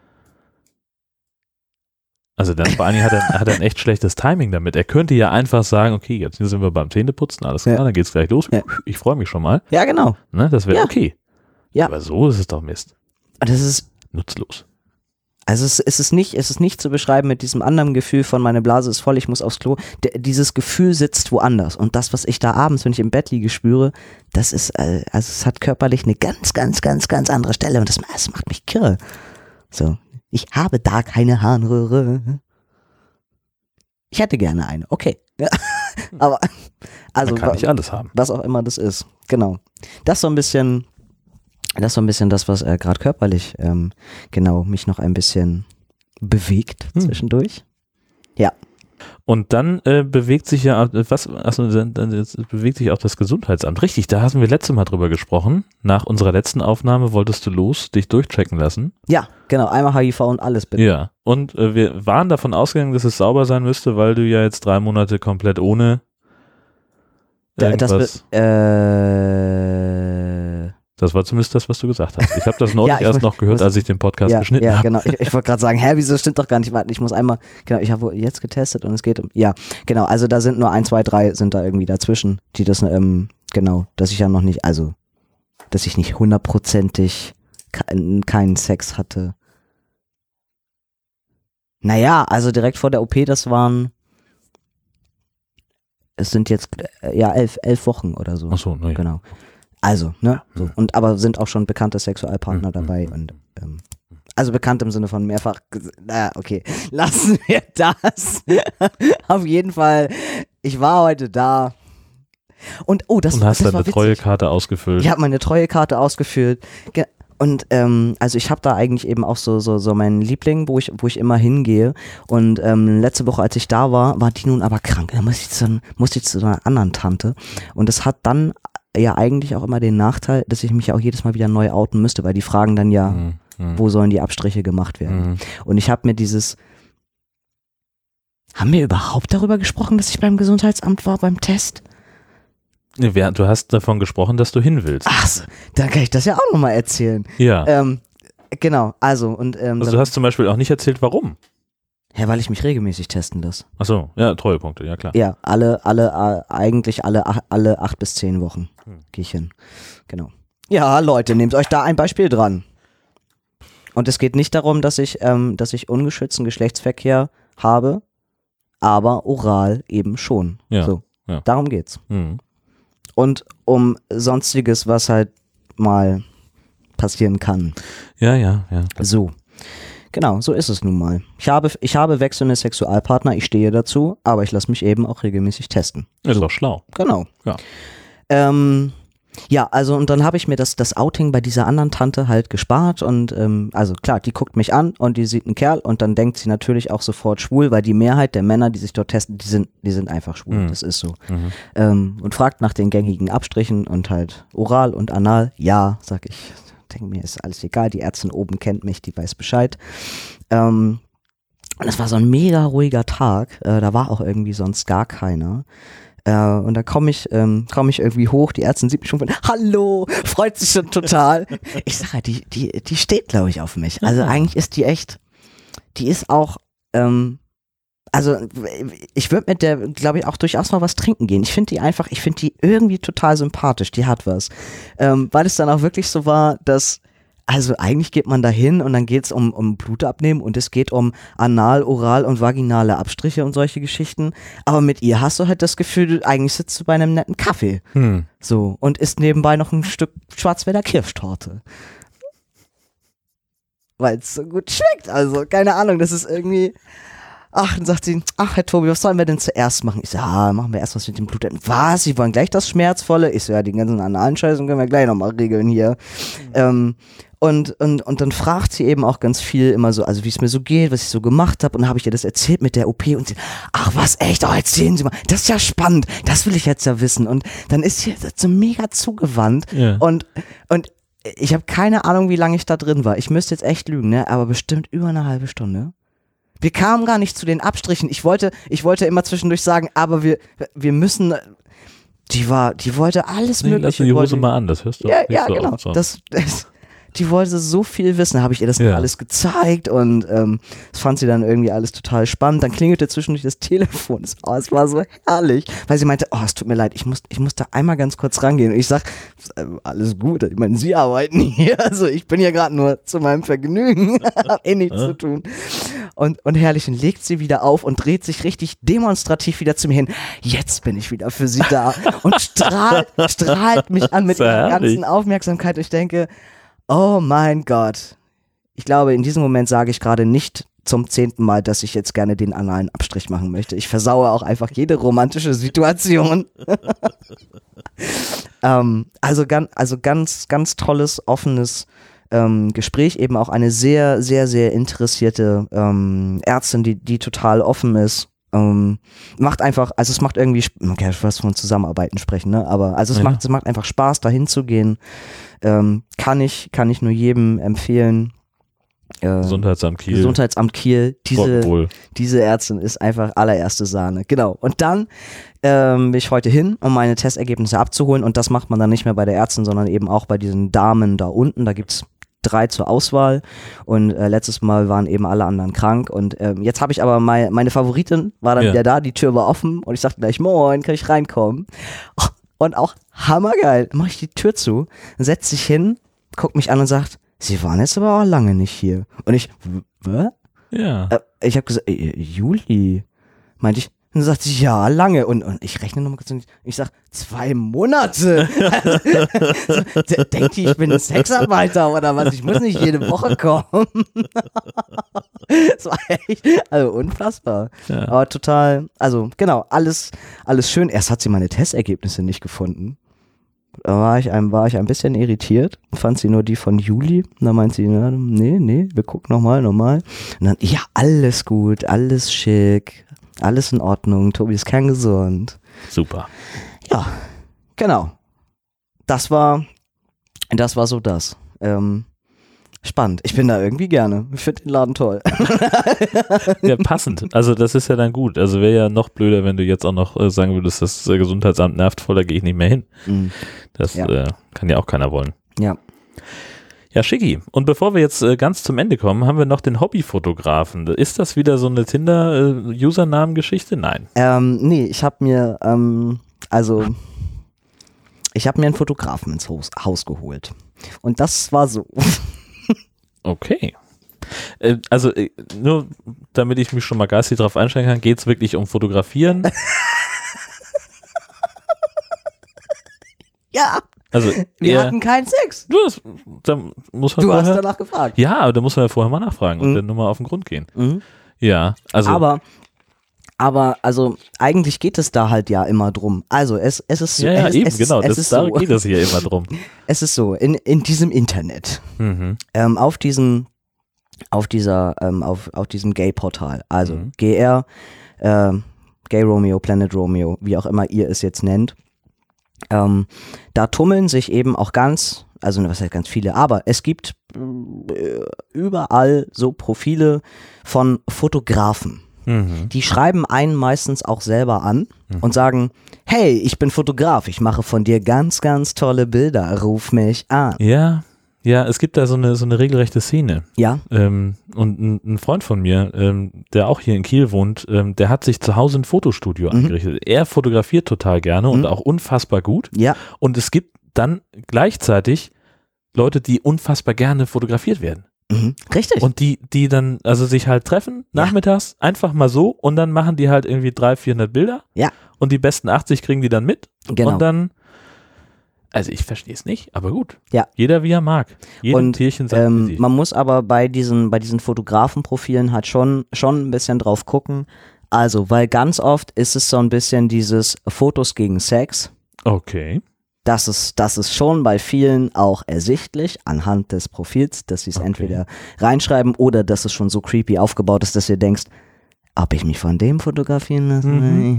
Also dann vor allen Dingen hat er ein echt schlechtes Timing damit. Er könnte ja einfach sagen, okay, jetzt sind wir beim Zähneputzen, alles klar, dann geht's gleich los. Ja. Ich freue mich schon mal. Ja, genau. Ne, das wäre okay. Ja. Aber so ist es doch Mist. Das ist Nutzlos. Also es ist nicht zu beschreiben mit diesem anderen Gefühl von meine Blase ist voll, ich muss aufs Klo. Dieses Gefühl sitzt woanders und das, was ich da abends, wenn ich im Bett liege, spüre, das ist, also es hat körperlich eine ganz, ganz, ganz, ganz andere Stelle und das macht mich kirre. So, ich habe da keine Harnröhre. Ich hätte gerne eine, okay. Aber, also. Man kann nicht alles haben. Was auch immer das ist, genau. Das ist so ein bisschen das, was gerade körperlich, mich noch ein bisschen bewegt zwischendurch. Ja. Und dann bewegt sich ja, dann bewegt sich auch das Gesundheitsamt. Richtig, da haben wir letztes Mal drüber gesprochen. Nach unserer letzten Aufnahme wolltest du dich durchchecken lassen. Ja, genau, einmal HIV und alles bitte. Ja, und wir waren davon ausgegangen, dass es sauber sein müsste, weil du ja jetzt 3 Monate komplett ohne irgendwas... Das war zumindest das, was du gesagt hast. Ich habe das neulich erst noch gehört, als ich den Podcast geschnitten habe. Ja, genau. Ich wollte gerade sagen, wieso stimmt doch gar nicht. Ich muss einmal, genau, ich habe jetzt getestet und es geht ja, genau, also da sind nur 1, 2, 3 sind da irgendwie dazwischen, die das, genau, dass ich ja noch nicht, also, dass ich nicht 100%ig keinen Sex hatte. Naja, also direkt vor der OP, es sind jetzt, 11 Wochen oder so. Ach so, naja. Genau. Also, ne, so. Und aber sind auch schon bekannte Sexualpartner dabei und also bekannt im Sinne von mehrfach, naja, okay, lassen wir das. Auf jeden Fall, ich war heute da und das hast war deine witzig. Treuekarte ausgefüllt. Ich habe meine Treuekarte ausgefüllt und also ich habe da eigentlich eben auch so meinen Liebling, wo ich immer hingehe und letzte Woche, als ich da war die nun aber krank. Da musste ich zu einer anderen Tante und das hat dann ja eigentlich auch immer den Nachteil, dass ich mich ja auch jedes Mal wieder neu outen müsste, weil die fragen dann ja, wo sollen die Abstriche gemacht werden. Und ich habe mir haben wir überhaupt darüber gesprochen, dass ich beim Gesundheitsamt war, beim Test? Du hast davon gesprochen, dass du hin willst. Ach so, dann kann ich das ja auch nochmal erzählen. Ja. Genau, also und also du hast zum Beispiel auch nicht erzählt, warum. Ja, weil ich mich regelmäßig testen lasse. Ach so, ja, Treuepunkte, ja klar. Ja, eigentlich alle 8 bis 10 Wochen gehe ich hin. Genau. Ja, Leute, nehmt euch da ein Beispiel dran. Und es geht nicht darum, dass ich ungeschützten Geschlechtsverkehr habe, aber oral eben schon. Ja, so, ja. Darum geht's. Und um Sonstiges, was halt mal passieren kann. Ja. So. Genau, so ist es nun mal. Ich habe wechselnde Sexualpartner, ich stehe dazu, aber ich lasse mich eben auch regelmäßig testen. Ist doch schlau. Genau. Ja. Ja, also und dann habe ich mir das Outing bei dieser anderen Tante halt gespart und also klar, die guckt mich an und die sieht einen Kerl und dann denkt sie natürlich auch sofort schwul, weil die Mehrheit der Männer, die sich dort testen, die sind einfach schwul, das ist so. Und fragt nach den gängigen Abstrichen und halt oral und anal, ja, sag ich. Denke mir, ist alles egal, die Ärztin oben kennt mich, die weiß Bescheid. Und es war so ein mega ruhiger Tag, da war auch irgendwie sonst gar keiner. Und da komme ich irgendwie hoch, die Ärztin sieht mich schon von, hallo, freut sich schon total. Ich sage, die steht, glaube ich, auf mich. Also eigentlich ist die echt, die ist auch, also ich würde mit der, glaube ich, auch durchaus mal was trinken gehen. Ich finde die irgendwie total sympathisch, die hat was. Weil es dann auch wirklich so war, dass, Also eigentlich geht man da hin und dann geht es um Blut abnehmen und es geht um Anal-, Oral- und vaginale Abstriche und solche Geschichten. Aber mit ihr hast du halt das Gefühl, eigentlich sitzt du bei einem netten Kaffee. So, und isst nebenbei noch ein Stück Schwarzwälder Kirschtorte. Weil es so gut schmeckt. Also, keine Ahnung, das ist irgendwie... Ach, dann sagt sie, ach, Herr Tobi, was sollen wir denn zuerst machen? Ich so, machen wir erst was mit dem Blut. Was, Sie wollen gleich das Schmerzvolle? Ich so, ja, die ganzen analen Scheißen können wir gleich nochmal regeln hier. Und dann fragt sie eben auch ganz viel immer so, also wie es mir so geht, was ich so gemacht habe. Und dann habe ich ihr das erzählt mit der OP und sie, ach was, echt, oh, erzählen Sie mal, das ist ja spannend, das will ich jetzt ja wissen. Und dann ist sie so mega zugewandt und ich habe keine Ahnung, wie lange ich da drin war. Ich müsste jetzt echt lügen, ne? Aber bestimmt über eine halbe Stunde. Wir kamen gar nicht zu den Abstrichen. Ich wollte immer zwischendurch sagen, aber wir müssen. Die wollte alles Mögliche. Lass die Hose mal an, das hörst du. Ja, so genau. So. Die wollte so viel wissen, habe ich ihr das alles gezeigt und das fand sie dann irgendwie alles total spannend. Dann klingelte zwischendurch das Telefon. Es war so herrlich, weil sie meinte, es tut mir leid, ich muss da einmal ganz kurz rangehen. Und ich sag, alles gut, ich meine, Sie arbeiten hier, also ich bin hier gerade nur zu meinem Vergnügen, hab nichts zu tun. Und herrlich, dann legt sie wieder auf und dreht sich richtig demonstrativ wieder zu mir hin. Jetzt bin ich wieder für Sie da und strahlt mich an mit ihrer ganzen Aufmerksamkeit. Ich denke, oh mein Gott. Ich glaube, in diesem Moment sage ich gerade nicht zum 10. Mal, dass ich jetzt gerne den analen Abstrich machen möchte. Ich versaue auch jede romantische Situation. Also ganz, ganz tolles, offenes Gespräch. Eben auch eine sehr, sehr, sehr interessierte Ärztin, die total offen ist. Macht einfach, also es macht irgendwie, man kann was von Zusammenarbeiten sprechen, ne? Aber also es macht einfach Spaß, da hinzugehen. Kann ich nur jedem empfehlen. Gesundheitsamt Kiel. Diese Ärztin ist einfach allererste Sahne. Genau. Und dann bin ich heute hin, um meine Testergebnisse abzuholen. Und das macht man dann nicht mehr bei der Ärztin, sondern eben auch bei diesen Damen da unten. Da gibt's 3 zur Auswahl und letztes Mal waren eben alle anderen krank und jetzt habe ich aber meine Favoritin war dann wieder da, die Tür war offen und ich sagte gleich, moin, kann ich reinkommen? Oh, und auch hammergeil, dann mache ich die Tür zu, setzt sich hin, guckt mich an und sagt, Sie waren jetzt aber auch lange nicht hier. Und ich, was? Ja. Ich habe gesagt, Juli, meinte ich. Und dann sagt sie, ja, lange. Und ich rechne nochmal kurz und ich sag, 2 Monate. Denkt die, ich bin ein Sexarbeiter oder was? Ich muss nicht jede Woche kommen. Das war echt, also unfassbar. Ja. Aber total, also genau, alles schön. Erst hat sie meine Testergebnisse nicht gefunden. Da war ich ein bisschen irritiert. Fand sie nur die von Juli. Und dann meint sie, nee, wir gucken nochmal. Und dann, ja, alles gut, alles schick. Alles in Ordnung, Tobi ist kerngesund. Super. Ja, genau. Das war so das. Spannend. Ich bin da irgendwie gerne. Ich finde den Laden toll. Ja, passend. Also das ist ja dann gut. Also wäre ja noch blöder, wenn du jetzt auch noch sagen würdest, das Gesundheitsamt nervt voll, da gehe ich nicht mehr hin. Das kann ja auch keiner wollen. Ja. Ja, schicki. Und bevor wir jetzt ganz zum Ende kommen, haben wir noch den Hobbyfotografen. Ist das wieder so eine Tinder-Usernamen-Geschichte? Nein. Nee, ich habe mir einen Fotografen ins Haus geholt. Und das war so. Okay. Also nur damit ich mich schon mal geistig drauf einstellen kann, geht es wirklich um Fotografieren? Ja. Also wir hatten keinen Sex. Du hast danach gefragt. Ja, aber da muss man ja vorher mal nachfragen und dann nur mal auf den Grund gehen. Ja, also. Aber also eigentlich geht es da halt ja immer drum. Also es ist so. Ja, eben, genau. Da geht es hier immer drum. Es ist so, in diesem Internet, auf diesem Gay-Portal, also GR, Gay Romeo, Planet Romeo, wie auch immer ihr es jetzt nennt, da tummeln sich eben auch also was heißt ganz viele, aber es gibt überall so Profile von Fotografen. Die schreiben einen meistens auch selber an und sagen, hey, ich bin Fotograf, ich mache von dir ganz, ganz tolle Bilder, ruf mich an. Ja, es gibt da so eine regelrechte Szene. Ja. Und ein Freund von mir, der auch hier in Kiel wohnt, der hat sich zu Hause ein Fotostudio eingerichtet. Er fotografiert total gerne und auch unfassbar gut. Ja. Und es gibt dann gleichzeitig Leute, die unfassbar gerne fotografiert werden. Richtig. Und die dann, also sich halt treffen, nachmittags, einfach mal so und dann machen die halt irgendwie 300-400 Bilder. Ja. Und die besten 80 kriegen die dann mit. Genau. Und dann, also ich verstehe es nicht, aber gut. Ja. Jeder wie er mag. Jedem Tierchen sein Gesicht. Man muss aber bei diesen Fotografenprofilen halt schon ein bisschen drauf gucken. Also, weil ganz oft ist es so ein bisschen dieses Fotos gegen Sex. Okay. Das ist schon bei vielen auch ersichtlich anhand des Profils, dass sie es entweder reinschreiben oder dass es schon so creepy aufgebaut ist, dass ihr denkst, ob ich mich von dem fotografieren lasse?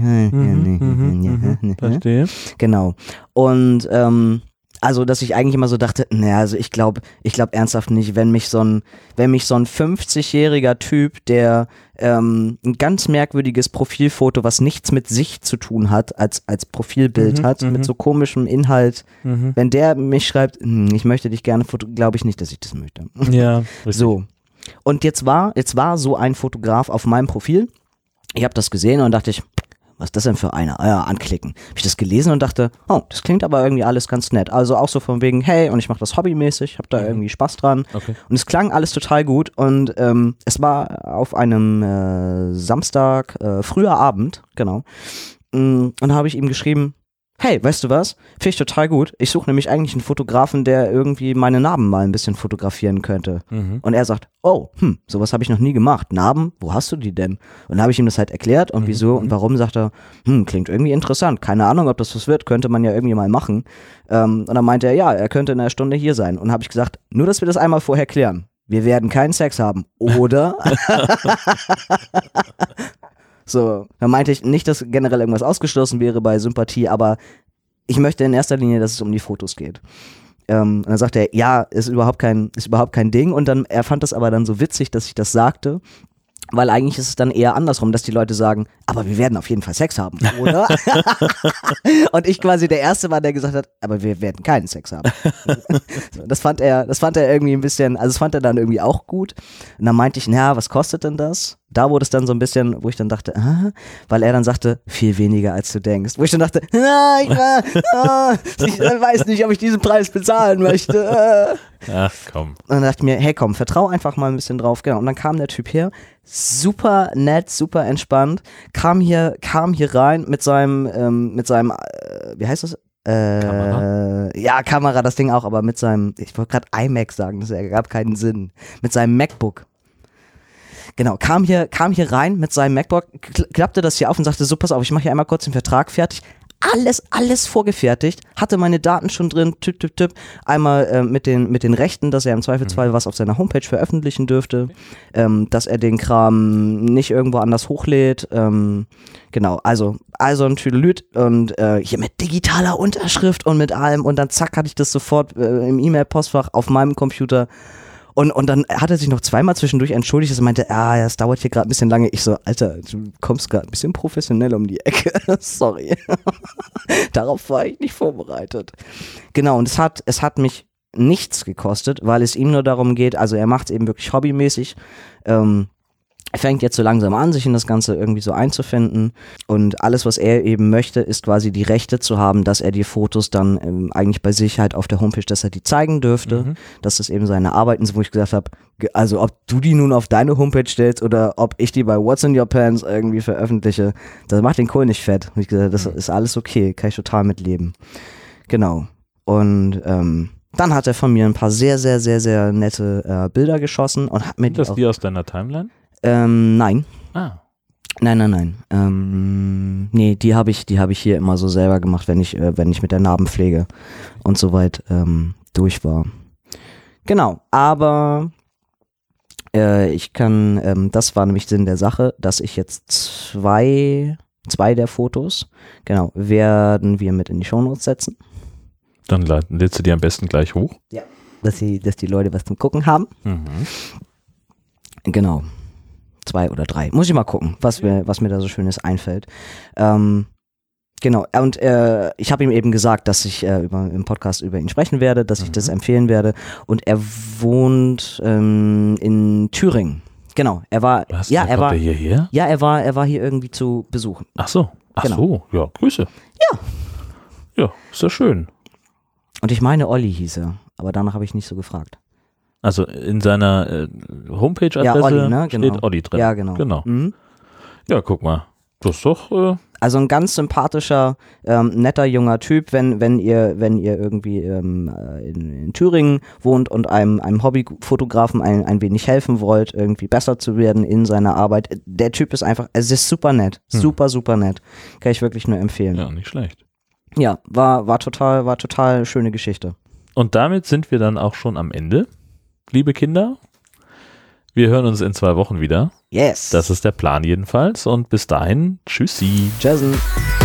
Verstehe. Genau. Und also, dass ich eigentlich immer so dachte, naja, also ich glaube ernsthaft nicht, wenn mich so ein 50-jähriger Typ, der ein ganz merkwürdiges Profilfoto, was nichts mit sich zu tun hat, als Profilbild hat, mit so komischem Inhalt, wenn der mich schreibt, ich möchte dich gerne glaube ich nicht, dass ich das möchte. Ja, richtig. So. Und jetzt war so ein Fotograf auf meinem Profil. Ich habe das gesehen und dachte ich, was ist das denn für einer? Ja, anklicken. Habe ich das gelesen und dachte, oh, das klingt aber irgendwie alles ganz nett. Also auch so von wegen, hey, und ich mache das hobbymäßig, habe da irgendwie Spaß dran. Okay. Und es klang alles total gut und es war auf einem Samstag, früher Abend, genau. Und da habe ich ihm geschrieben, hey, weißt du was? Finde ich total gut. Ich suche nämlich eigentlich einen Fotografen, der irgendwie meine Narben mal ein bisschen fotografieren könnte. Und er sagt, oh, sowas habe ich noch nie gemacht. Narben? Wo hast du die denn? Und dann habe ich ihm das halt erklärt und wieso und warum, sagt er, klingt irgendwie interessant. Keine Ahnung, ob das was wird, könnte man ja irgendwie mal machen. Und dann meinte er, ja, er könnte in einer Stunde hier sein. Und habe ich gesagt, nur, dass wir das einmal vorher klären. Wir werden keinen Sex haben, oder? So, dann meinte ich nicht, dass generell irgendwas ausgeschlossen wäre bei Sympathie, aber ich möchte in erster Linie, dass es um die Fotos geht. Und dann sagt er, ja, ist überhaupt kein Ding. Und dann, er fand das aber dann so witzig, dass ich das sagte, weil eigentlich ist es dann eher andersrum, dass die Leute sagen, aber wir werden auf jeden Fall Sex haben, oder? Und ich quasi der Erste war, der gesagt hat, aber wir werden keinen Sex haben. So, das fand er irgendwie ein bisschen, also das fand er dann irgendwie auch gut. Und dann meinte ich, naja, was kostet denn das? Da wurde es dann so ein bisschen, wo ich dann dachte, weil er dann sagte, viel weniger als du denkst. Wo ich dann dachte, ich weiß nicht, ob ich diesen Preis bezahlen möchte. Ach, komm. Und dann dachte ich mir, hey komm, vertrau einfach mal ein bisschen drauf. Genau. Und dann kam der Typ her, super nett, super entspannt, kam hier rein mit seinem, wie heißt das? Kamera? Ja, Kamera, das Ding auch, aber mit seinem, ich wollte gerade iMac sagen, das ergab keinen Sinn. Mit seinem MacBook. Genau, kam hier rein mit seinem MacBook, klappte das hier auf und sagte, so, pass auf, ich mache hier einmal kurz den Vertrag fertig. Alles vorgefertigt, hatte meine Daten schon drin, einmal mit den Rechten, dass er im Zweifelsfall was auf seiner Homepage veröffentlichen dürfte, dass er den Kram nicht irgendwo anders hochlädt, genau, also ein Tüdelüt und hier mit digitaler Unterschrift und mit allem und dann zack hatte ich das sofort im E-Mail-Postfach auf meinem Computer. Und dann hat er sich noch zweimal zwischendurch entschuldigt, dass er meinte, das dauert hier gerade ein bisschen lange. Ich so, Alter, du kommst gerade ein bisschen professionell um die Ecke. Sorry. Darauf war ich nicht vorbereitet. Genau, und es hat mich nichts gekostet, weil es ihm nur darum geht, also er macht es eben wirklich hobbymäßig. Er fängt jetzt so langsam an, sich in das Ganze irgendwie so einzufinden und alles, was er eben möchte, ist quasi die Rechte zu haben, dass er die Fotos dann eigentlich bei sich halt auf der Homepage, dass er die zeigen dürfte, dass das eben seine Arbeiten sind, wo ich gesagt habe, also ob du die nun auf deine Homepage stellst oder ob ich die bei What's in Your Pants irgendwie veröffentliche, das macht den Kohl nicht fett. Und ich gesagt, das ist alles okay, kann ich total mitleben. Genau. Und dann hat er von mir ein paar sehr, sehr, sehr, sehr nette Bilder geschossen und hat mir Sind das die aus deiner Timeline? Nein. Ah. Nein. Nee, die habe ich hier immer so selber gemacht, wenn ich mit der Narbenpflege und so weit durch war. Genau, aber ich kann, das war nämlich Sinn der Sache, dass ich jetzt zwei der Fotos, genau, werden wir mit in die Shownotes setzen. Dann lädst du die am besten gleich hoch. Ja. Dass die Leute was zum Gucken haben. Genau. 2 oder 3. Muss ich mal gucken, was mir da so Schönes einfällt. Genau, und ich habe ihm eben gesagt, dass ich im Podcast über ihn sprechen werde, dass ich das empfehlen werde. Und er wohnt in Thüringen. Genau, er war hierher? Ja, er war hier irgendwie zu besuchen. Ach so, Genau. Ja, Grüße. Ja, ist ja schön. Und ich meine, Olli hieß er. aber danach habe ich nicht so gefragt. Also in seiner Homepage-Adresse Ja, Olli, ne? Genau. steht Olli drin. Ja, genau. Mhm. Ja, guck mal. Das ist doch... Also ein ganz sympathischer, netter junger Typ, wenn ihr irgendwie in Thüringen wohnt und einem Hobbyfotografen ein wenig helfen wollt, irgendwie besser zu werden in seiner Arbeit. Der Typ ist einfach, es ist super nett, super, super nett. Kann ich wirklich nur empfehlen. Ja, nicht schlecht. Ja, war total schöne Geschichte. Und damit sind wir dann auch schon am Ende, liebe Kinder. Wir hören uns in 2 Wochen wieder. Yes. Das ist der Plan jedenfalls. Und bis dahin, tschüssi. Tschüss.